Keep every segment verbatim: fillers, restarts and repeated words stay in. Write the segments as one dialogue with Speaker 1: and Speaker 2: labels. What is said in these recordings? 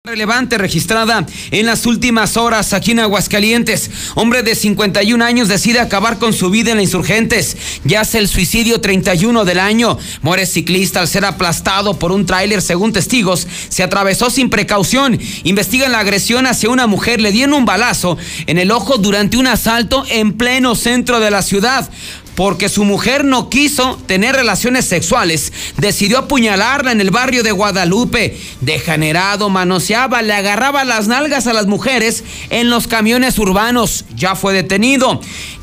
Speaker 1: Relevante registrada en las últimas horas aquí en Aguascalientes. Hombre de cincuenta y un años decide acabar con su vida en la Insurgentes. Yace el suicidio treinta y uno del año. Muere ciclista al ser aplastado por un tráiler. Según testigos, se atravesó sin precaución. Investigan la agresión hacia una mujer. Le dieron un balazo en el ojo durante un asalto en pleno centro de la ciudad. Porque su mujer no quiso tener relaciones sexuales, decidió apuñalarla en el barrio de Guadalupe. Degenerado, manoseaba, le agarraba las nalgas a las mujeres en los camiones urbanos. Ya fue detenido.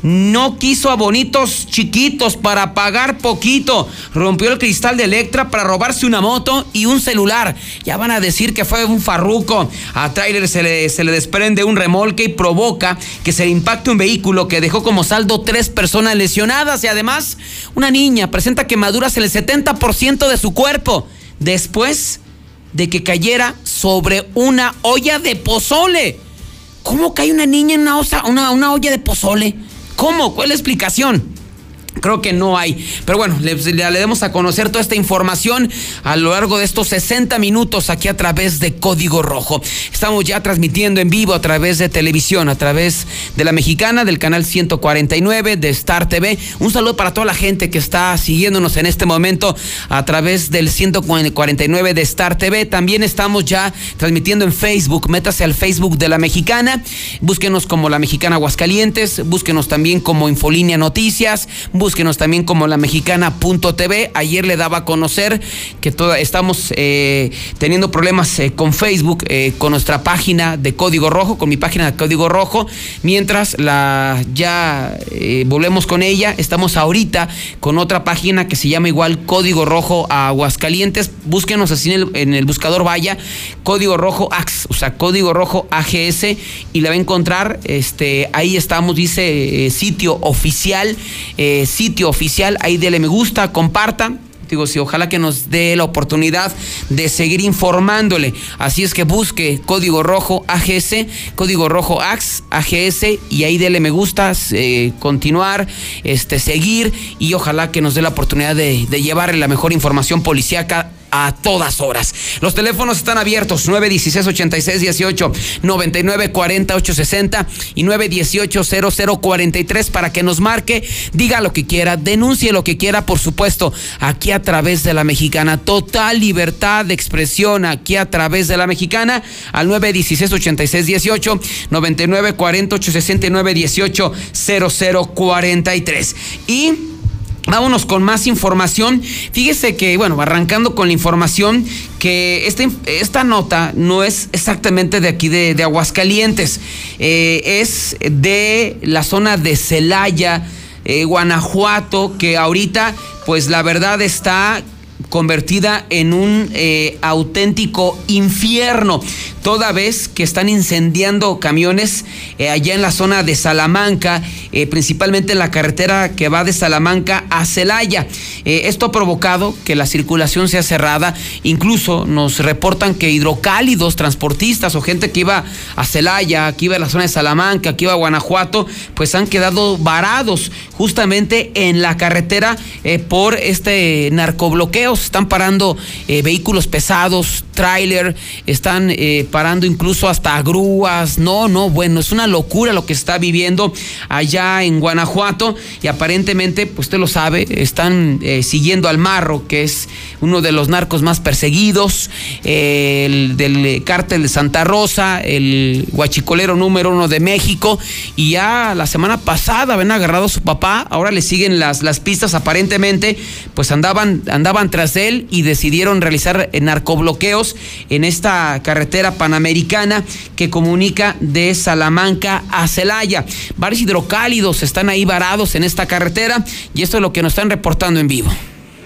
Speaker 1: No quiso abonitos chiquitos para pagar poquito. Rompió el cristal de Electra para robarse una moto y un celular. Ya van a decir que fue un farruco. A tráiler se le, se le desprende un remolque y provoca que se le impacte un vehículo que dejó como saldo tres personas lesionadas. Y además, una niña presenta quemaduras en el setenta por ciento de su cuerpo después de que cayera sobre una olla de pozole. ¿Cómo cae una niña en una, osa, una, una olla de pozole? ¿Cómo? ¿Cuál es la explicación? Creo que no hay, pero bueno, le, le, le demos a conocer toda esta información a lo largo de estos sesenta minutos aquí a través de Código Rojo. Estamos ya transmitiendo en vivo a través de televisión, a través de La Mexicana, del canal ciento cuarenta y nueve, de Star T V. Un saludo para toda la gente que está siguiéndonos en este momento a través del ciento cuarenta y nueve de Star T V. También estamos ya transmitiendo en Facebook. Métase al Facebook de La Mexicana, búsquenos como La Mexicana Aguascalientes, búsquenos también como Infolínea Noticias, búsquenos también como la mexicana punto t v. Ayer le daba a conocer que toda, estamos eh, teniendo problemas eh, con Facebook, eh, con nuestra página de Código Rojo, con mi página de Código Rojo. Mientras la ya eh, volvemos con ella, estamos ahorita con otra página que se llama igual Código Rojo a Aguascalientes. Búsquenos así en el, en el buscador, vaya, Código Rojo A X, o sea, Código Rojo A G S, y la va a encontrar. Este, ahí estamos, dice eh, sitio oficial, eh, sitio oficial, ahí dele me gusta, comparta. Digo, sí, ojalá que nos dé la oportunidad de seguir informándole. Así es que busque Código Rojo A G S, Código Rojo A X, A G S, y ahí dele me gusta, eh, continuar, este, seguir, y ojalá que nos dé la oportunidad de, de llevarle la mejor información policíaca a todas horas. Los teléfonos están abiertos: nueve dieciséis, ochenta y seis dieciocho, noventa y nueve cuarenta, ocho sesenta y nueve dieciocho, cero cero cuarenta y tres para que nos marque, diga lo que quiera, denuncie lo que quiera, por supuesto, aquí a través de La Mexicana. Total libertad de expresión aquí a través de La Mexicana, al nueve dieciséis, ochenta y seis dieciocho, noventa y nueve cuarenta, ocho sesenta y nueve dieciocho, cero cero cuarenta y tres. Y vámonos con más información. Fíjese que, bueno, arrancando con la información, que esta, esta nota no es exactamente de aquí de, de Aguascalientes, eh, es de la zona de Celaya, eh, Guanajuato, que ahorita, pues la verdad está convertida en un eh, auténtico infierno, toda vez que están incendiando camiones eh, allá en la zona de Salamanca, eh, principalmente en la carretera que va de Salamanca a Celaya. Eh, esto ha provocado que la circulación sea cerrada. Incluso nos reportan que hidrocálidos, transportistas o gente que iba a Celaya, que iba a la zona de Salamanca, que iba a Guanajuato, pues han quedado varados justamente en la carretera eh, por este narcobloqueo. Están parando eh, vehículos pesados, tráiler, están eh, parando incluso hasta grúas. No, no, bueno, es una locura lo que se está viviendo allá en Guanajuato, y aparentemente, pues usted lo sabe, están eh, siguiendo al Marro, que es uno de los narcos más perseguidos, eh, el del cártel de Santa Rosa, el huachicolero número uno de México, y ya la semana pasada habían agarrado a su papá. Ahora le siguen las, las pistas. Aparentemente, pues andaban, andaban tras de él y decidieron realizar narcobloqueos en esta carretera panamericana que comunica de Salamanca a Celaya. Varios hidrocálidos están ahí varados en esta carretera, y esto es lo que nos están reportando en vivo.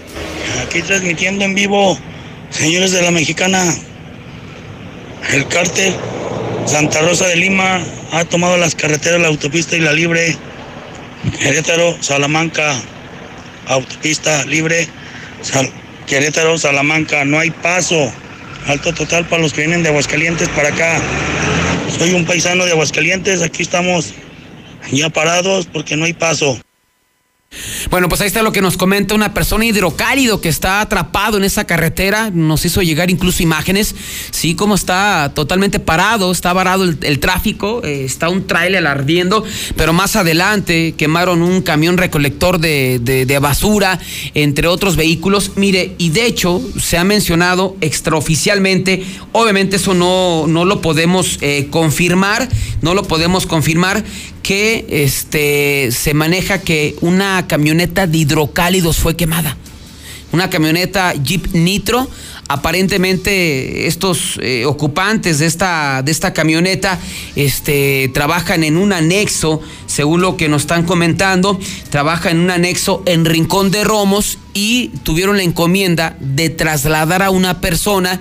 Speaker 2: Aquí transmitiendo en vivo, señores de La Mexicana, el cártel Santa Rosa de Lima ha tomado las carreteras, la autopista y la libre, Querétaro, Salamanca, autopista libre, Sal- Querétaro, Salamanca, no hay paso. Alto total para los que vienen de Aguascalientes para acá. Soy un paisano de Aguascalientes, aquí estamos ya parados porque no hay paso.
Speaker 1: Bueno, pues ahí está lo que nos comenta una persona, Hidrocálido, que está atrapado en esa carretera. Nos hizo llegar incluso imágenes, sí, como está totalmente parado, está varado el, el tráfico, eh, está un tráiler ardiendo, pero más adelante quemaron un camión recolector de, de, de basura, entre otros vehículos. Mire, y de hecho se ha mencionado extraoficialmente, obviamente eso no, no lo podemos eh, confirmar, no lo podemos confirmar, que este se maneja que una camioneta de Hidrocálidos fue quemada. Una camioneta Jeep Nitro. Aparentemente estos eh, ocupantes de esta, de esta camioneta este, trabajan en un anexo, según lo que nos están comentando, trabajan en un anexo en Rincón de Romos y tuvieron la encomienda de trasladar a una persona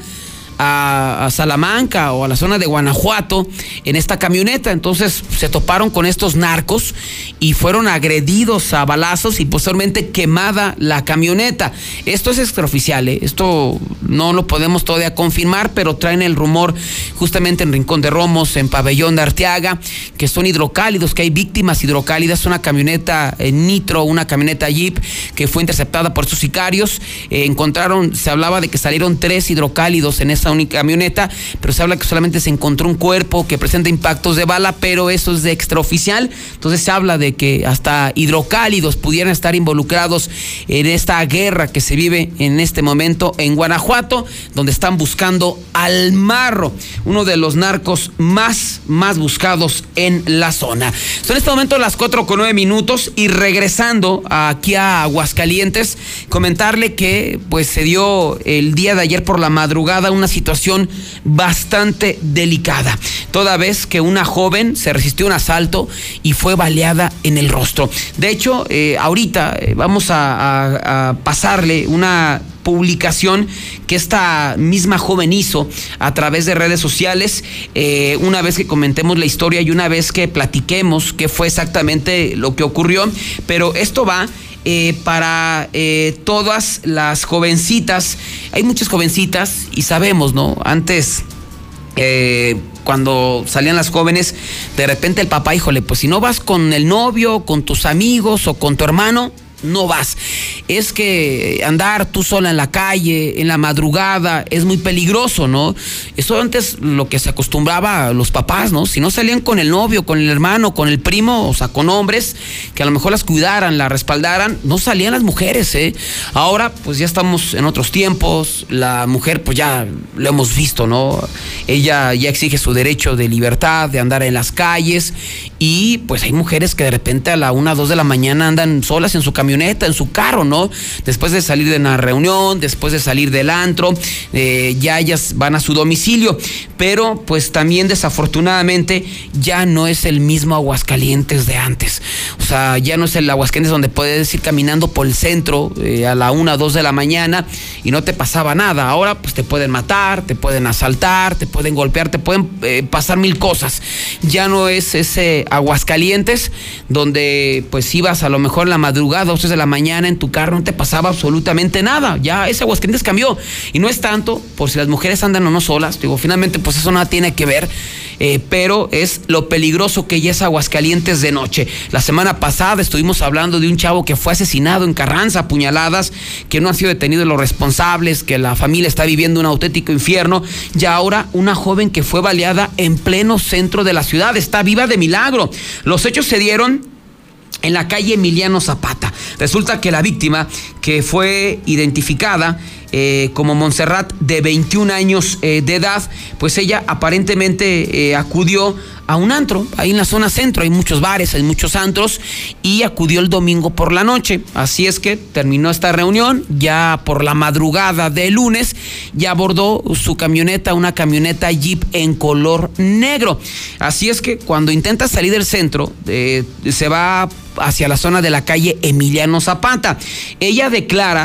Speaker 1: A, a Salamanca o a la zona de Guanajuato en esta camioneta. Entonces se toparon con estos narcos y fueron agredidos a balazos y posteriormente quemada la camioneta. Esto es extraoficial, ¿eh? Esto no lo podemos todavía confirmar, pero traen el rumor justamente en Rincón de Romos, en Pabellón de Arteaga, que son hidrocálidos, que hay víctimas hidrocálidas. Una camioneta eh, Nitro, una camioneta Jeep que fue interceptada por estos sicarios. Eh, encontraron, se hablaba de que salieron tres hidrocálidos en esa única camioneta, pero se habla que solamente se encontró un cuerpo que presenta impactos de bala, pero eso es de extraoficial. Entonces se habla de que hasta hidrocálidos pudieran estar involucrados en esta guerra que se vive en este momento en Guanajuato, donde están buscando al Marro, uno de los narcos más, más buscados en la zona. Son en este momento las cuatro con nueve minutos y regresando aquí a Aguascalientes, comentarle que pues se dio el día de ayer por la madrugada una situación bastante delicada, toda vez que una joven se resistió a un asalto y fue baleada en el rostro. De hecho, eh, ahorita eh, vamos a, a, a pasarle una publicación que esta misma joven hizo a través de redes sociales, eh, una vez que comentemos la historia y una vez que platiquemos qué fue exactamente lo que ocurrió, pero esto va Eh, para eh, todas las jovencitas. Hay muchas jovencitas y sabemos, ¿no? Antes, eh, cuando salían las jóvenes, de repente el papá, híjole, pues si no vas con el novio, con tus amigos o con tu hermano, no vas. Es que andar tú sola en la calle, en la madrugada, es muy peligroso, ¿no? Eso antes lo que se acostumbraba a los papás, ¿no? Si no salían con el novio, con el hermano, con el primo, o sea, con hombres que a lo mejor las cuidaran, las respaldaran, no salían las mujeres, ¿eh? Ahora, pues ya estamos en otros tiempos, la mujer, pues ya lo hemos visto, ¿no? Ella ya exige su derecho de libertad, de andar en las calles, y pues hay mujeres que de repente a la una, dos de la mañana andan solas en su camioneta, en su carro, ¿no? Después de salir de una reunión, después de salir del antro, eh, ya ellas van a su domicilio, pero pues también desafortunadamente ya no es el mismo Aguascalientes de antes. O sea, ya no es el Aguascalientes donde puedes ir caminando por el centro eh, a la una, dos de la mañana y no te pasaba nada. Ahora pues te pueden matar, te pueden asaltar, te pueden golpear, te pueden eh, pasar mil cosas. Ya no es ese Aguascalientes donde pues ibas a lo mejor en la madrugada, dos de la mañana en tu carro, no te pasaba absolutamente nada. Ya ese Aguascalientes cambió, y no es tanto por si las mujeres andan o no solas, digo, finalmente pues eso nada tiene que ver, eh, pero es lo peligroso que ya es Aguascalientes de noche. La semana pasada estuvimos hablando de un chavo que fue asesinado en Carranza a puñaladas, que no han sido detenidos los responsables, que la familia está viviendo un auténtico infierno, y ahora una joven que fue baleada en pleno centro de la ciudad, está viva de milagro. Los hechos se dieron en la calle Emiliano Zapata. Resulta que la víctima, que fue identificada eh, como Montserrat, de veintiún años eh, de edad, pues ella aparentemente eh, acudió a un antro, ahí en la zona centro, hay muchos bares, hay muchos antros, y acudió el domingo por la noche. Así es que terminó esta reunión, ya por la madrugada del lunes, ya abordó su camioneta, una camioneta Jeep en color negro. Así es que cuando intenta salir del centro, eh, se va hacia la zona de la calle Emiliano Zapata. Ella declara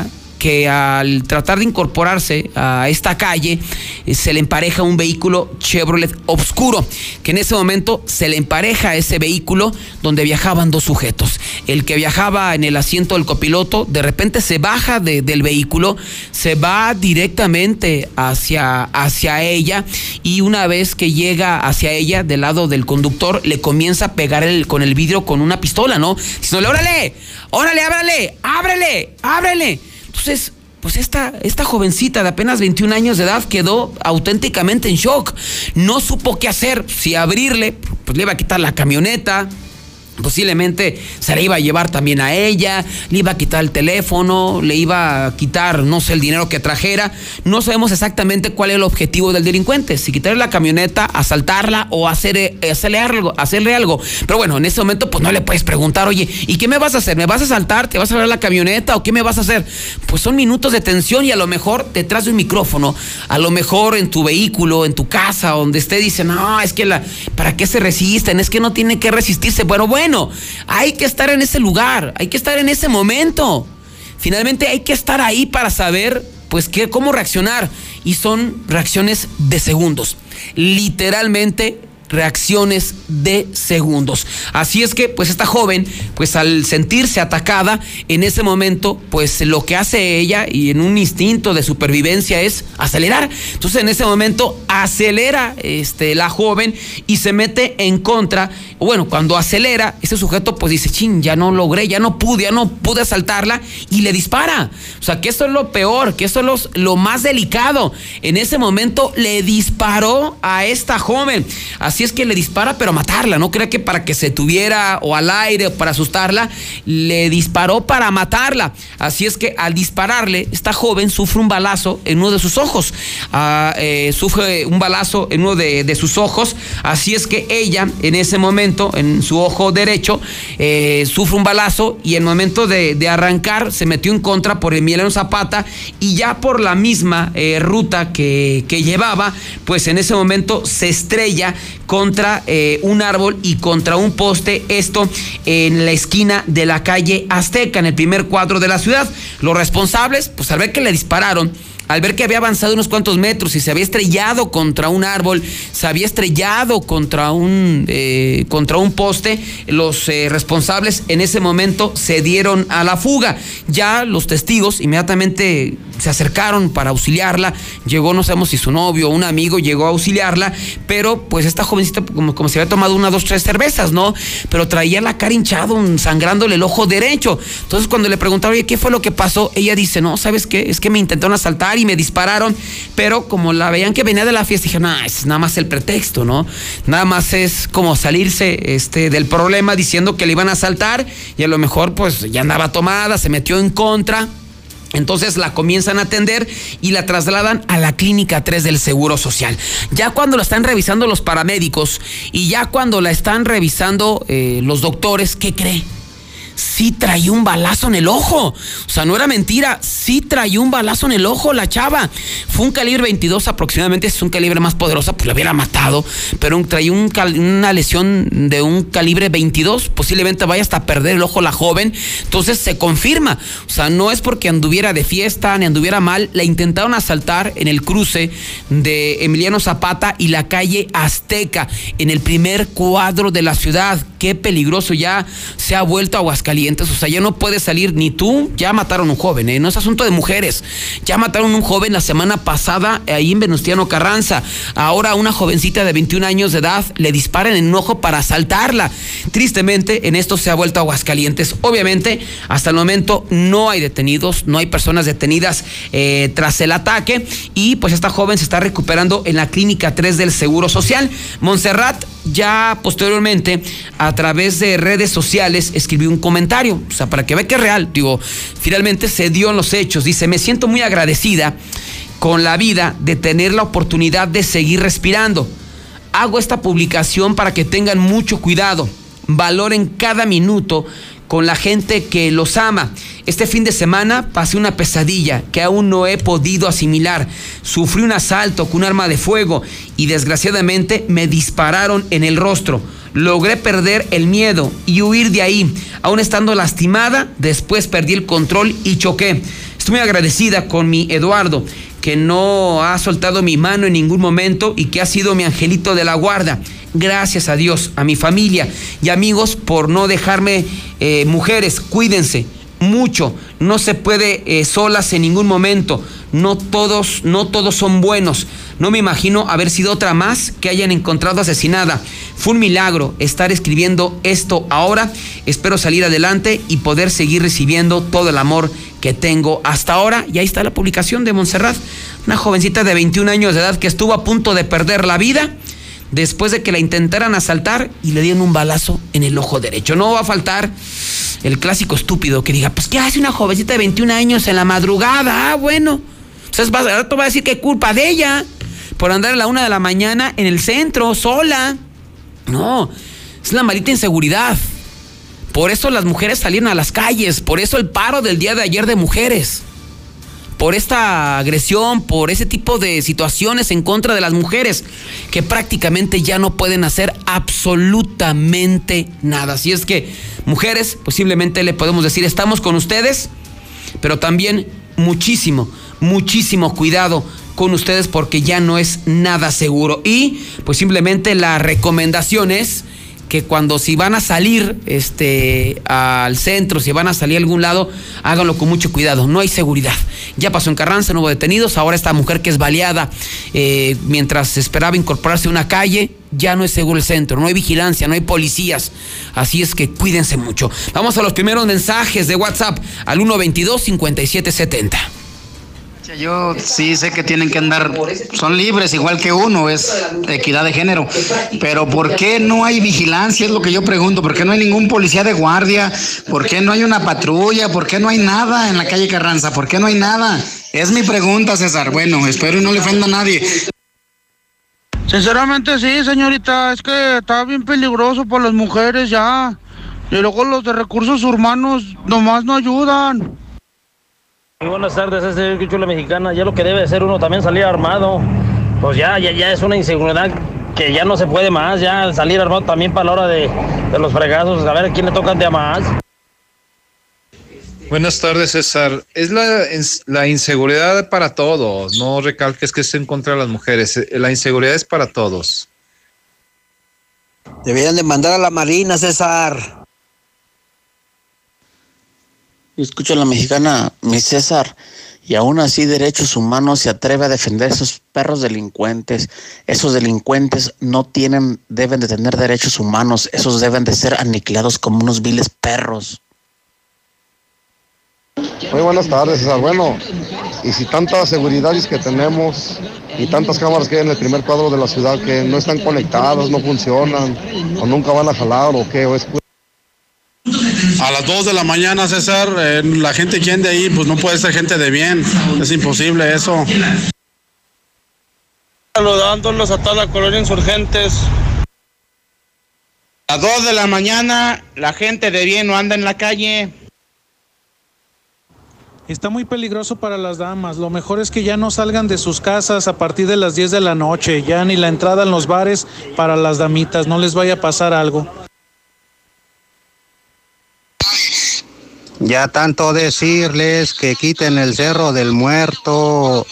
Speaker 1: que al tratar de incorporarse a esta calle eh, se le empareja un vehículo Chevrolet oscuro, que en ese momento se le empareja a ese vehículo donde viajaban dos sujetos. El que viajaba en el asiento del copiloto de repente se baja de, del vehículo, se va directamente hacia, hacia ella, y una vez que llega hacia ella del lado del conductor le comienza a pegar el, con el vidrio con una pistola, ¿no? Diciéndole, órale, órale, ábrele, ábrele, ábrele. Entonces, pues esta, esta jovencita de apenas veintiún años de edad quedó auténticamente en shock. No supo qué hacer, si abrirle, pues le iba a quitar la camioneta, posiblemente se la iba a llevar también a ella, le iba a quitar el teléfono, le iba a quitar, no sé, el dinero que trajera. No sabemos exactamente cuál es el objetivo del delincuente, si quitarle la camioneta, asaltarla o hacer, hacerle algo, hacerle algo. Pero bueno, en ese momento pues no le puedes preguntar, oye, ¿y qué me vas a hacer? ¿Me vas a asaltar? ¿Te vas a llevar la camioneta o qué me vas a hacer? Pues son minutos de tensión, y a lo mejor detrás de un micrófono, a lo mejor en tu vehículo, en tu casa, donde esté, dicen, no, es que la, ¿para qué se resisten? Es que no tiene que resistirse. Bueno, bueno. Bueno, hay que estar en ese lugar, hay que estar en ese momento. Finalmente hay que estar ahí para saber, pues, qué, cómo reaccionar. Y son reacciones de segundos. Literalmente reacciones de segundos. Así es que, pues, esta joven, pues, al sentirse atacada, en ese momento, pues, lo que hace ella, y en un instinto de supervivencia, es acelerar. Entonces, en ese momento, acelera este, la joven y se mete en contra. Bueno, cuando acelera, ese sujeto, pues, dice, chin, ya no logré, ya no pude, ya no pude asaltarla, y le dispara. O sea, que eso es lo peor, que eso es lo, lo más delicado. En ese momento, le disparó a esta joven. Así es que le dispara, pero a matarla. No crea que para que se tuviera o al aire o para asustarla, le disparó para matarla. Así es que al dispararle, esta joven sufre un balazo en uno de sus ojos. Ah, eh, sufre un balazo en uno de, de sus ojos. Así es que ella, en ese momento, en su ojo derecho, eh, sufre un balazo, y en el momento de, de arrancar, se metió en contra por Emiliano Zapata, y ya por la misma eh, ruta que, que llevaba, pues en ese momento se estrella contra eh, un árbol y contra un poste, esto en la esquina de la calle Azteca, en el primer cuadro de la ciudad. Los responsables, pues al ver que le dispararon, al ver que había avanzado unos cuantos metros y se había estrellado contra un árbol, se había estrellado contra un, eh, contra un poste, los eh, responsables en ese momento se dieron a la fuga. Ya los testigos inmediatamente se acercaron para auxiliarla. Llegó, no sabemos si su novio o un amigo llegó a auxiliarla, pero pues esta jovencita como, como se había tomado una, dos, tres cervezas, ¿no? Pero traía la cara hinchada, sangrándole el ojo derecho. Entonces cuando le preguntaron, oye, ¿qué fue lo que pasó? Ella dice, no, ¿sabes qué? Es que me intentaron asaltar y me dispararon, pero como la veían que venía de la fiesta, dije, no, nah, es nada más el pretexto, ¿no? Nada más es como salirse este, del problema diciendo que le iban a asaltar, y a lo mejor pues ya andaba tomada, se metió en contra. Entonces la comienzan a atender y la trasladan a la clínica tres del Seguro Social. Ya cuando la están revisando los paramédicos y ya cuando la están revisando eh, los doctores, ¿qué cree? Sí traía un balazo en el ojo. O sea, no era mentira, sí traía un balazo en el ojo la chava. Fue un calibre veintidós aproximadamente, es un calibre más poderosa, pues la hubiera matado, pero un, traía un, una lesión de un calibre veintidós, posiblemente vaya hasta perder el ojo la joven. Entonces se confirma, o sea, no es porque anduviera de fiesta ni anduviera mal, la intentaron asaltar en el cruce de Emiliano Zapata y la calle Azteca, en el primer cuadro de la ciudad. Qué peligroso, ya se ha vuelto Aguascalientes, o sea, ya no puedes salir ni tú. Ya mataron a un joven, ¿eh? No es asunto de mujeres, ya mataron a un joven la semana pasada ahí en Venustiano Carranza. Ahora a una jovencita de veintiún años de edad le disparan en un ojo para asaltarla. Tristemente, en esto se ha vuelto Aguascalientes. Obviamente, hasta el momento no hay detenidos, no hay personas detenidas eh, tras el ataque, y pues esta joven se está recuperando en la clínica tres del Seguro Social. Montserrat ya posteriormente a través de redes sociales escribió un comentario, o sea, para que vea que es real. Digo, finalmente se dio en los hechos. Dice, me siento muy agradecida con la vida de tener la oportunidad de seguir respirando. Hago esta publicación para que tengan mucho cuidado, valoren cada minuto con la gente que los ama. Este fin de semana pasé una pesadilla que aún no he podido asimilar. Sufrí un asalto con un arma de fuego y desgraciadamente me dispararon en el rostro. Logré perder el miedo y huir de ahí. Aún estando lastimada, después perdí el control y choqué. Estoy muy agradecida con mi Eduardo, que no ha soltado mi mano en ningún momento y que ha sido mi angelito de la guarda. Gracias a Dios, a mi familia y amigos por no dejarme. Eh, mujeres, cuídense mucho, no se puede eh, solas en ningún momento, no todos, no todos son buenos. No me imagino haber sido otra más que hayan encontrado asesinada. Fue un milagro estar escribiendo esto ahora. Espero salir adelante y poder seguir recibiendo todo el amor que tengo hasta ahora. Y ahí está la publicación de Montserrat, una jovencita de veintiún años de edad que estuvo a punto de perder la vida después de que la intentaran asaltar y le dieron un balazo en el ojo derecho. No va a faltar el clásico estúpido que diga, pues ¿qué hace una jovencita de veintiún años en la madrugada? Ah, bueno, entonces va, ahora te va a decir que es culpa de ella por andar a la una de la mañana en el centro, sola. No, es la maldita inseguridad. Por eso las mujeres salieron a las calles, por eso el paro del día de ayer de mujeres. Por esta agresión, por ese tipo de situaciones en contra de las mujeres que prácticamente ya no pueden hacer absolutamente nada. Así es que, mujeres, posiblemente le podemos decir, estamos con ustedes, pero también muchísimo, muchísimo cuidado con ustedes porque ya no es nada seguro. Y pues simplemente la recomendación es que cuando si van a salir este, al centro, si van a salir a algún lado, háganlo con mucho cuidado, no hay seguridad. Ya pasó en Carranza, no hubo detenidos, ahora esta mujer que es baleada eh, mientras esperaba incorporarse a una calle, ya no es seguro el centro, no hay vigilancia, no hay policías, así es que cuídense mucho. Vamos a los primeros mensajes de WhatsApp al uno veintidós, cincuenta y siete setenta.
Speaker 3: Yo sí sé que tienen que andar, son libres igual que uno, es equidad de género, pero ¿por qué no hay vigilancia? Es lo que yo pregunto, ¿por qué no hay ningún policía de guardia? ¿Por qué no hay una patrulla? ¿Por qué no hay nada en la calle Carranza? ¿Por qué no hay nada? Es mi pregunta, César. Bueno, espero y no le ofenda a nadie.
Speaker 4: Sinceramente sí, señorita, es que está bien peligroso para las mujeres ya, y luego los de recursos humanos nomás no ayudan.
Speaker 5: Muy buenas tardes, este es Chula Mexicana. Ya lo que debe hacer uno también salir armado. Pues ya, ya, ya es una inseguridad que ya no se puede más. Ya salir armado también para la hora de, de los fregazos. A ver a quién le tocan de más.
Speaker 6: Buenas tardes, César. Es la, la inseguridad para todos. No recalques que es en contra de las mujeres. La inseguridad es para todos.
Speaker 7: Deberían de mandar a la Marina, César.
Speaker 8: Escucho a la Mexicana, mi César, y aún así Derechos Humanos se atreve a defender a esos perros delincuentes. Esos delincuentes no tienen, deben de tener derechos humanos, esos deben de ser aniquilados como unos viles perros.
Speaker 9: Muy buenas tardes, César. Bueno, y si tantas seguridades que tenemos y tantas cámaras que hay en el primer cuadro de la ciudad que no están conectadas, no funcionan, o nunca van a jalar, o qué, o es...
Speaker 10: A las dos de la mañana, César, eh, la gente que ande ahí, pues no puede ser gente de bien, es imposible eso.
Speaker 4: Saludándolos a toda la colonia Insurgentes.
Speaker 3: A las dos de la mañana, la gente de bien no anda en la calle.
Speaker 11: Está muy peligroso para las damas. Lo mejor es que ya no salgan de sus casas a partir de las diez de la noche. Ya ni la entrada en los bares para las damitas. No les vaya a pasar algo.
Speaker 12: Ya tanto decirles que quiten el Cerro del Muerto.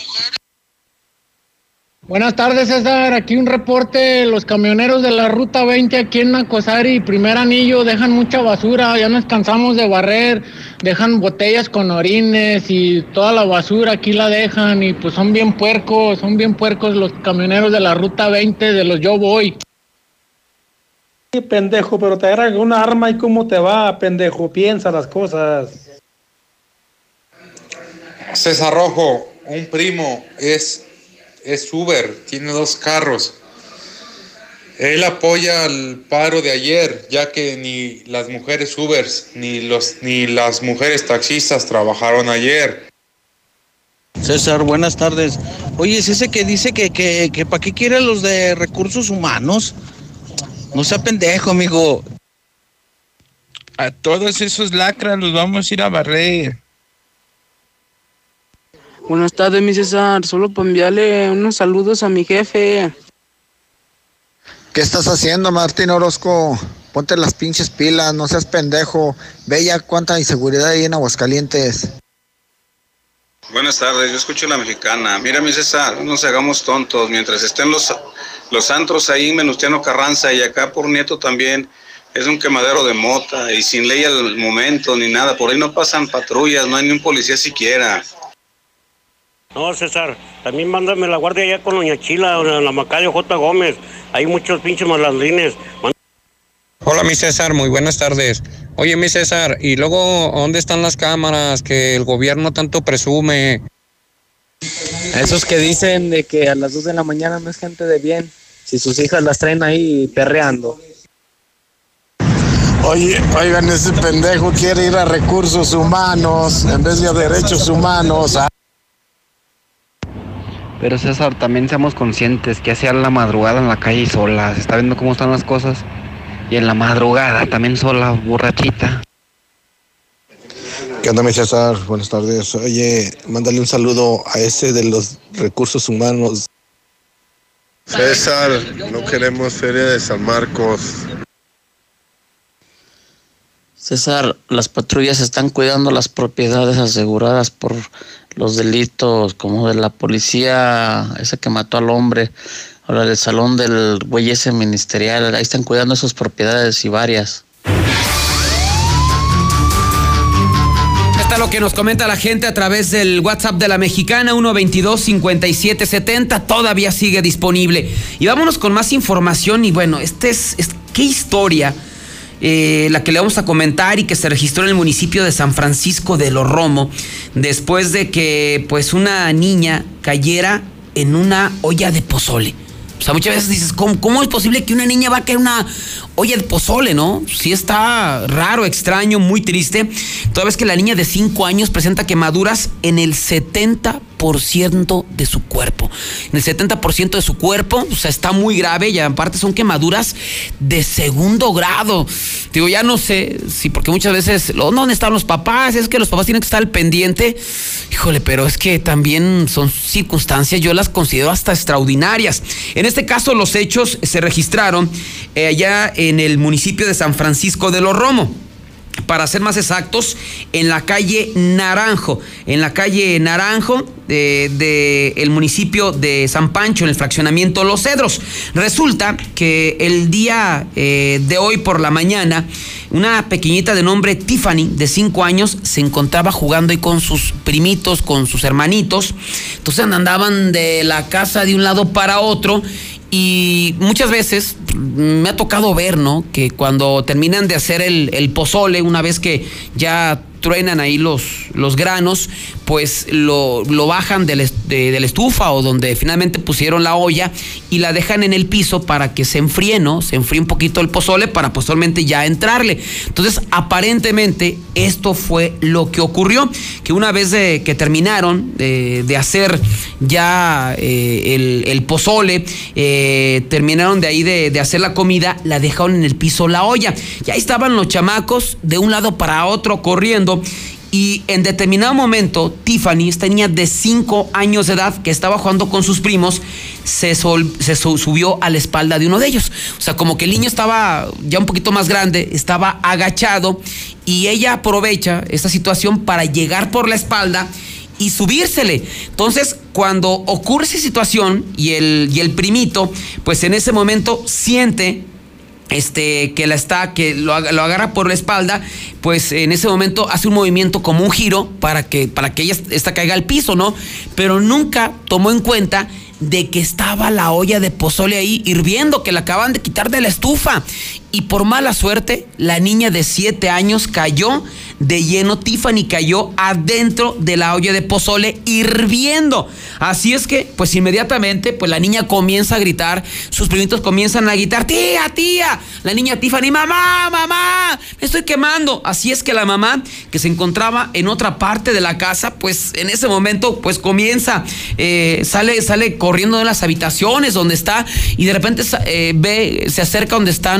Speaker 13: Buenas tardes, César. Aquí un reporte. Los camioneros de la Ruta veinte aquí en Nacosari, Primer Anillo, dejan mucha basura. Ya nos cansamos de barrer. Dejan botellas con orines y toda la basura aquí la dejan. Y pues son bien puercos, son bien puercos los camioneros de la Ruta veinte, de los Yo Voy.
Speaker 14: Sí, pendejo, pero te agarran una arma y cómo te va, pendejo. Piensa las cosas.
Speaker 15: César Rojo, un primo, es... es Uber, tiene dos carros. Él apoya al paro de ayer, ya que ni las mujeres Ubers ni los ni las mujeres taxistas trabajaron ayer.
Speaker 16: César, buenas tardes. Oye, es ese que dice que, que, que para qué quieren los de recursos humanos. No sea pendejo, amigo.
Speaker 17: A todos esos lacras los vamos a ir a barrer.
Speaker 18: Buenas tardes, mi César. Solo para enviarle unos saludos a mi jefe.
Speaker 19: ¿Qué estás haciendo, Martín Orozco? Ponte las pinches pilas, no seas pendejo. Ve ya cuánta inseguridad hay en Aguascalientes.
Speaker 20: Buenas tardes, yo escucho La Mexicana. Mira, mi César, no nos hagamos tontos. Mientras estén los, los antros ahí en Venustiano Carranza y acá por Nieto también, es un quemadero de mota y sin ley al momento ni nada. Por ahí no pasan patrullas, no hay ni un policía siquiera.
Speaker 21: No, César, también mándame la guardia allá con Doña Chila, la Macario J. Gómez. Hay muchos pinches malandrines.
Speaker 22: Hola, mi César, muy buenas tardes. Oye, mi César, ¿y luego dónde están las cámaras que el gobierno tanto presume?
Speaker 23: Esos que dicen de que a las dos de la mañana no es gente de bien, si sus hijas las traen ahí perreando.
Speaker 19: Oye, oigan, ese pendejo quiere ir a recursos humanos en vez de a derechos humanos.
Speaker 24: Pero César, también seamos conscientes que hacia la madrugada en la calle sola, se está viendo cómo están las cosas. Y en la madrugada, también sola, borrachita.
Speaker 9: ¿Qué onda, mi César? Buenas tardes. Oye, mándale un saludo a ese de los recursos humanos.
Speaker 25: César, no queremos feria de San Marcos.
Speaker 8: César, las patrullas están cuidando las propiedades aseguradas por los delitos, como de la policía, ese que mató al hombre, o la del salón del güey ese ministerial. Ahí están cuidando esas propiedades y varias.
Speaker 1: Está lo que nos comenta la gente a través del WhatsApp de La Mexicana, uno veintidós cincuenta y siete setenta, todavía sigue disponible. Y vámonos con más información. Y bueno, este es, es qué historia eh, la que le vamos a comentar y que se registró en el municipio de San Francisco de los Romo, después de que pues una niña cayera en una olla de pozole. O sea, muchas veces dices, ¿cómo, cómo es posible que una niña va a caer en una olla de pozole, no? Sí está raro, extraño, muy triste. Toda vez que la niña de cinco años presenta quemaduras en el setenta por ciento de su cuerpo. En el setenta por ciento de su cuerpo, o sea, está muy grave y aparte son quemaduras de segundo grado. Digo, ya no sé, sí, porque muchas veces, ¿dónde están los papás? Es que los papás tienen que estar al pendiente. Híjole, pero es que también son circunstancias, yo las considero hasta extraordinarias. En este caso, los hechos se registraron eh, allá en el municipio de San Francisco de los Romo. Para ser más exactos, en la calle Naranjo, en la calle Naranjo de, de el municipio de San Pancho, en el fraccionamiento Los Cedros. Resulta que el día eh, de hoy por la mañana, una pequeñita de nombre Tiffany, de cinco años, se encontraba jugando ahí con sus primitos, con sus hermanitos. Entonces andaban de la casa de un lado para otro. Y muchas veces me ha tocado ver, ¿no?, que cuando terminan de hacer el, el pozole, una vez que ya truenan ahí los, los granos, pues lo, lo bajan de la, de, de la estufa o donde finalmente pusieron la olla y la dejan en el piso para que se enfríe, ¿no? Se enfríe un poquito el pozole para posteriormente ya entrarle. Entonces, aparentemente, esto fue lo que ocurrió, que una vez de, que terminaron de, de hacer ya eh, el, el pozole, eh, terminaron de ahí de, de hacer la comida, la dejaron en el piso la olla. Y ahí estaban los chamacos de un lado para otro corriendo. Y en determinado momento, Tiffany, esta niña de cinco años de edad que estaba jugando con sus primos, se, sol, se subió a la espalda de uno de ellos. O sea, como que el niño estaba ya un poquito más grande, estaba agachado y ella aprovecha esta situación para llegar por la espalda y subírsele. Entonces, cuando ocurre esa situación y el, y el primito, pues en ese momento siente Este, que la está, que lo, lo agarra por la espalda, pues en ese momento hace un movimiento como un giro para que, para que ella esta caiga al piso, ¿no? Pero nunca tomó en cuenta de que estaba la olla de pozole ahí hirviendo, que la acaban de quitar de la estufa. Y por mala suerte, la niña de siete años cayó de lleno. Tiffany cayó adentro de la olla de pozole hirviendo. Así es que, pues inmediatamente, pues la niña comienza a gritar, sus primitos comienzan a gritar, tía, tía. La niña Tiffany, mamá, mamá, me estoy quemando. Así es que la mamá, que se encontraba en otra parte de la casa, pues en ese momento, pues comienza, eh, sale, sale corriendo de las habitaciones donde está y de repente eh, ve, se acerca donde están los pequeños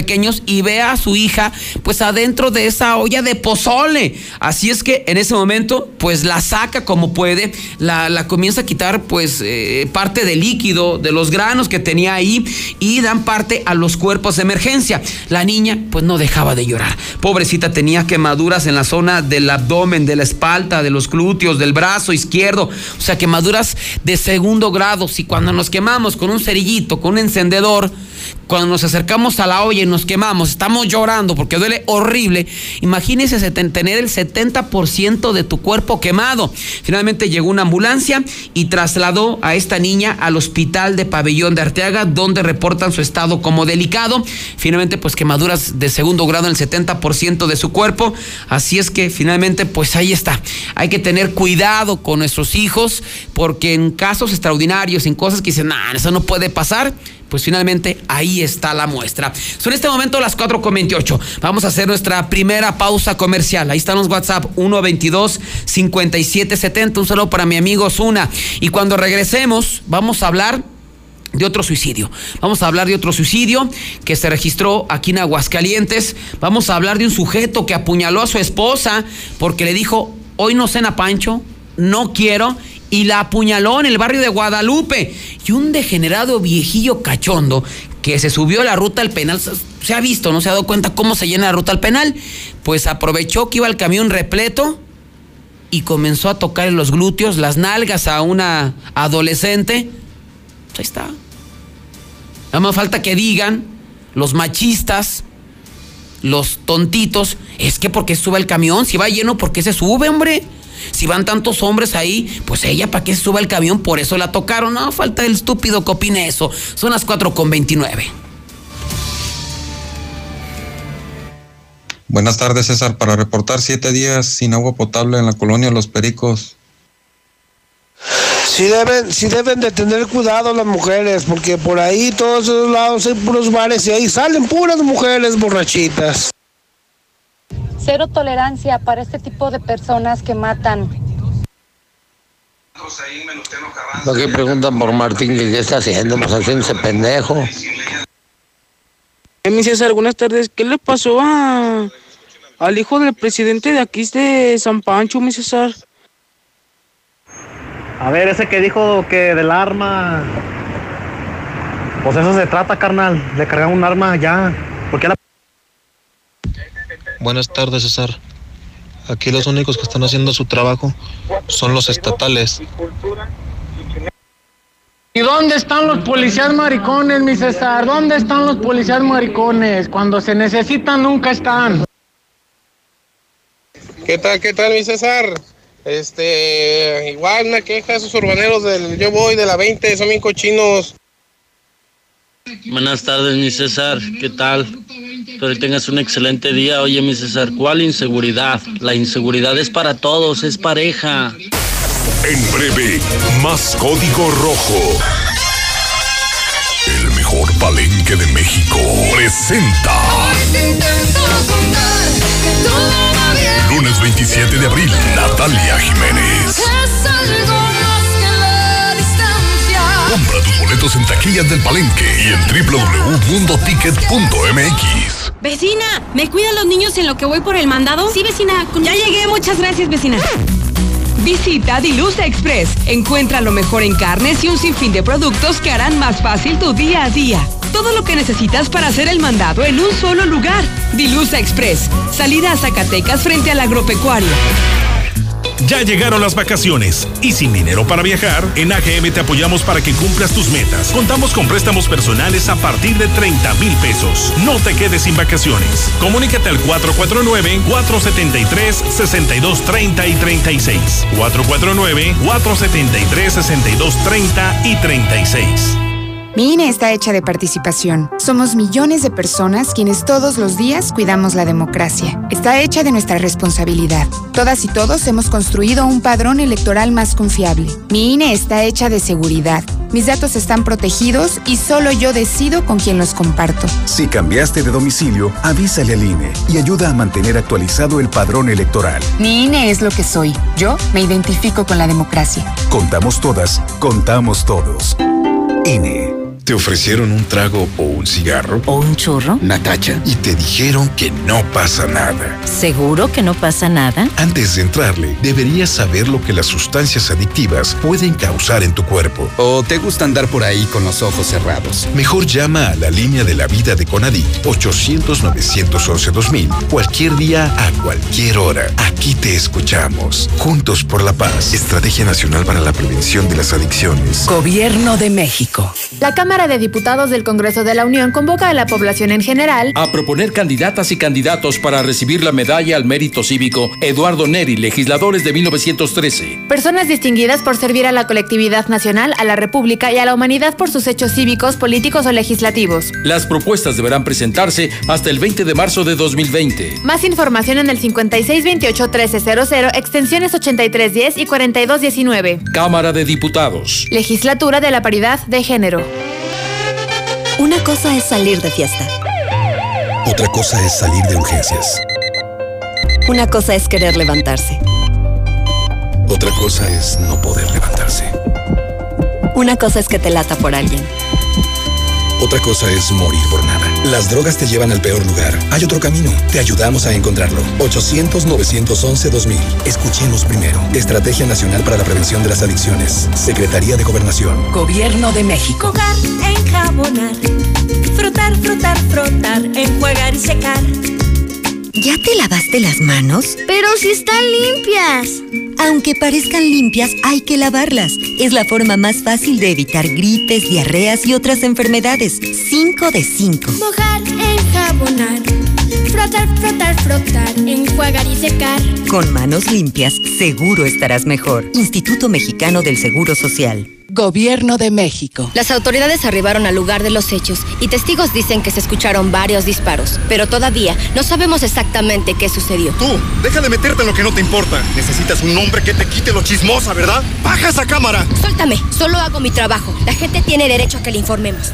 Speaker 1: pequeños y ve a su hija pues adentro de esa olla de pozole. Así es que en ese momento pues la saca como puede, la, la comienza a quitar pues eh, parte del líquido, de los granos que tenía ahí, y dan parte a los cuerpos de emergencia. La niña pues no dejaba de llorar. Pobrecita, tenía quemaduras en la zona del abdomen, de la espalda, de los glúteos, del brazo izquierdo, o sea, quemaduras de segundo grado. Si cuando nos quemamos con un cerillito, con un encendedor, cuando nos acercamos a la olla y nos quemamos, estamos llorando porque duele horrible, imagínese tener el setenta por ciento de tu cuerpo quemado. Finalmente llegó una ambulancia y trasladó a esta niña al hospital de Pabellón de Arteaga, donde reportan su estado como delicado. Finalmente pues quemaduras de segundo grado en el setenta por ciento de su cuerpo. Así es que finalmente pues ahí está. Hay que tener cuidado con nuestros hijos, porque en casos extraordinarios, en cosas que dicen, nah, eso no puede pasar, pues finalmente ahí está la muestra. Son en este momento las cuatro con veintiocho. Vamos a hacer nuestra primera pausa comercial. Ahí están los WhatsApp, uno veintidós cincuenta y siete setenta. Un saludo para mi amigo Zuna. Y cuando regresemos, vamos a hablar de otro suicidio. Vamos a hablar de otro suicidio que se registró aquí en Aguascalientes. Vamos a hablar de un sujeto que apuñaló a su esposa porque le dijo, hoy no cena Pancho, no quiero, y la apuñaló en el barrio de Guadalupe. Y un degenerado viejillo cachondo que se subió a la ruta al penal, se ha visto, no se ha dado cuenta cómo se llena la ruta al penal, pues aprovechó que iba el camión repleto y comenzó a tocar en los glúteos, las nalgas a una adolescente. Pues ahí está. Nada más falta que digan los machistas, los tontitos, es que ¿por qué sube el camión? Si va lleno, ¿por qué se sube, hombre? Si van tantos hombres ahí, pues ella, ¿para qué se sube el camión? Por eso la tocaron. No, falta el estúpido que opine eso. Son las cuatro con veintinueve.
Speaker 22: Buenas tardes, César. Para reportar siete días sin agua potable en la colonia Los Pericos.
Speaker 2: Sí deben, sí deben de tener cuidado las mujeres, porque por ahí todos esos lados hay puros bares y ahí salen puras mujeres borrachitas.
Speaker 5: Cero tolerancia para este tipo de personas que matan.
Speaker 2: Lo que preguntan por Martín, que qué está haciendo, pues haciendo ese pendejo.
Speaker 18: Eh, mi César, buenas tardes. ¿Qué le pasó a al hijo del presidente de aquí de San Pancho, mi César?
Speaker 6: A ver, ese que dijo que del arma, pues eso se trata, carnal, de cargar un arma ya. ¿Por qué la...
Speaker 7: Buenas tardes, César. Aquí los únicos que están haciendo su trabajo son los estatales.
Speaker 13: ¿Y dónde están los policías maricones, mi César? ¿Dónde están los policías maricones? Cuando se necesitan, nunca están.
Speaker 10: ¿Qué tal, qué tal, mi César? Este, igual una queja, esos urbaneros del Yo Voy de la veinte son bien cochinos.
Speaker 26: Buenas tardes, mi César, ¿qué tal? Espero que tengas un excelente día. Oye, mi César, ¿cuál inseguridad? La inseguridad es para todos, es pareja.
Speaker 27: En breve, más Código Rojo. El mejor palenque de México presenta. Lunes veintisiete de abril, Natalia Jiménez. Compra tus boletos en taquillas del Palenque y en doble u doble u doble u punto ticket punto m x.
Speaker 28: Vecina, ¿me cuidan los niños en lo que voy por el mandado? Sí, vecina. Con... Ya llegué, muchas gracias, vecina.
Speaker 29: Visita Dilusa Express. Encuentra lo mejor en carnes y un sinfín de productos que harán más fácil tu día a día. Todo lo que necesitas para hacer el mandado en un solo lugar. Dilusa Express. Salida a Zacatecas frente al agropecuario.
Speaker 30: Ya llegaron las vacaciones y sin dinero para viajar, en A G M te apoyamos para que cumplas tus metas. Contamos con préstamos personales a partir de treinta mil pesos. No te quedes sin vacaciones. Comunícate al cuatro cuatro nueve, cuatro siete tres, seis dos tres cero y treinta y seis. cuatro cuatro nueve, cuatro siete tres, seis dos tres cero y treinta y seis.
Speaker 31: Mi I N E está hecha de participación. Somos millones de personas quienes todos los días cuidamos la democracia. Está hecha de nuestra responsabilidad. Todas y todos hemos construido un padrón electoral más confiable. Mi I N E está hecha de seguridad. Mis datos están protegidos y solo yo decido con quién los comparto.
Speaker 32: Si cambiaste de domicilio, avísale al I N E y ayuda a mantener actualizado el padrón electoral.
Speaker 31: Mi I N E es lo que soy. Yo me identifico con la democracia.
Speaker 32: Contamos todas, contamos todos. I N E.
Speaker 27: ¿Te ofrecieron un trago o un cigarro?
Speaker 3: ¿O un churro?
Speaker 27: Natacha. Y te dijeron que no pasa nada.
Speaker 3: ¿Seguro que no pasa nada?
Speaker 27: Antes de entrarle, deberías saber lo que las sustancias adictivas pueden causar en tu cuerpo.
Speaker 4: ¿O te gusta andar por ahí con los ojos cerrados?
Speaker 27: Mejor llama a la línea de la vida de Conadic ochocientos, novecientos once, dos mil cualquier día, a cualquier hora. Aquí te escuchamos. Juntos por la paz. Estrategia Nacional para la Prevención de las Adicciones.
Speaker 29: Gobierno de México.
Speaker 11: La Cámara de Diputados del Congreso de la Unión convoca a la población en general
Speaker 12: a proponer candidatas y candidatos para recibir la medalla al mérito cívico Eduardo Neri, legisladores de mil novecientos trece.
Speaker 11: Personas distinguidas por servir a la colectividad nacional, a la República y a la humanidad por sus hechos cívicos, políticos o legislativos.
Speaker 12: Las propuestas deberán presentarse hasta el veinte de marzo de dos mil veinte.
Speaker 11: Más información en el cincuenta y seis veintiocho trece cero cero, extensiones ochenta y tres diez y cuarenta y dos diecinueve.
Speaker 12: Cámara de Diputados.
Speaker 11: Legislatura de la Paridad de Género.
Speaker 14: Una cosa es salir de fiesta.
Speaker 27: Otra cosa es salir de urgencias.
Speaker 14: Una cosa es querer levantarse.
Speaker 27: Otra cosa es no poder levantarse.
Speaker 14: Una cosa es que te lata por alguien.
Speaker 27: Otra cosa es morir por nada. Las drogas te llevan al peor lugar. Hay otro camino. Te ayudamos a encontrarlo. ochocientos, novecientos once, dos mil. Escuchemos primero. Estrategia Nacional para la Prevención de las Adicciones. Secretaría de Gobernación.
Speaker 29: Gobierno de México.
Speaker 15: Jugar, enjabonar. Frotar, frotar, frotar. Enjuagar y secar.
Speaker 14: ¿Ya te lavaste las manos?
Speaker 15: Pero si están limpias.
Speaker 14: Aunque parezcan limpias, hay que lavarlas. Es la forma más fácil de evitar gripes, diarreas y otras enfermedades. Cinco de cinco.
Speaker 15: Mojar, enjabonar. Frotar, frotar, frotar. Enjuagar y secar.
Speaker 14: Con manos limpias, seguro estarás mejor. Instituto Mexicano del Seguro Social.
Speaker 29: Gobierno de México.
Speaker 16: Las autoridades arribaron al lugar de los hechos y testigos dicen que se escucharon varios disparos, pero todavía no sabemos exactamente qué sucedió.
Speaker 17: Tú, deja de meterte en lo que no te importa. Necesitas un hombre que te quite lo chismosa, ¿verdad? ¡Baja esa cámara!
Speaker 16: Suéltame, solo hago mi trabajo. La gente tiene derecho a que le informemos.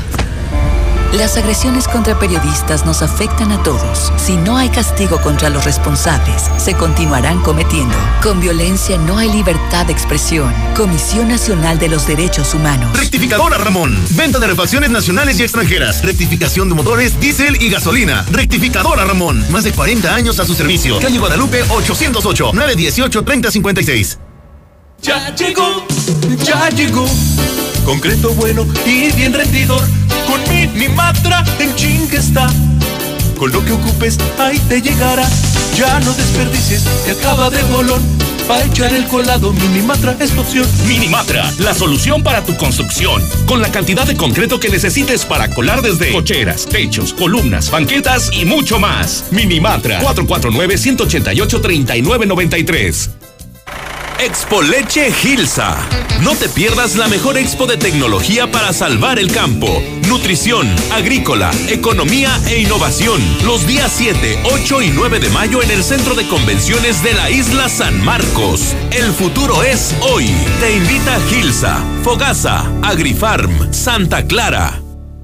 Speaker 29: Las agresiones contra periodistas nos afectan a todos. Si no hay castigo contra los responsables, se continuarán cometiendo. Con violencia no hay libertad de expresión. Comisión Nacional de los Derechos Humanos.
Speaker 19: Rectificadora Ramón. Venta de refacciones nacionales y extranjeras. Rectificación de motores, diésel y gasolina. Rectificadora Ramón. Más de cuarenta años a su servicio. Calle Guadalupe ochocientos ocho, nueve dieciocho, treinta cincuenta y seis.
Speaker 20: Ya llegó, ya llegó. Concreto bueno y bien rendidor. Con Minimatra en chinga está. Con lo que ocupes, ahí te llegará. Ya no desperdicies, te acaba de bolón. Para echar el colado, Minimatra es tu opción.
Speaker 30: Minimatra, la solución para tu construcción. Con la cantidad de concreto que necesites para colar desde cocheras, techos, columnas, banquetas y mucho más. Minimatra, cuatro cuatro nueve, uno ocho ocho, tres nueve nueve tres.
Speaker 21: Expo Leche Gilsa. No te pierdas la mejor expo de tecnología para salvar el campo. Nutrición, agrícola, economía e innovación. Los días siete, ocho y nueve de mayo en el Centro de Convenciones de la Isla San Marcos. El futuro es hoy. Te invita Gilsa, Fogasa, Agrifarm, Santa Clara.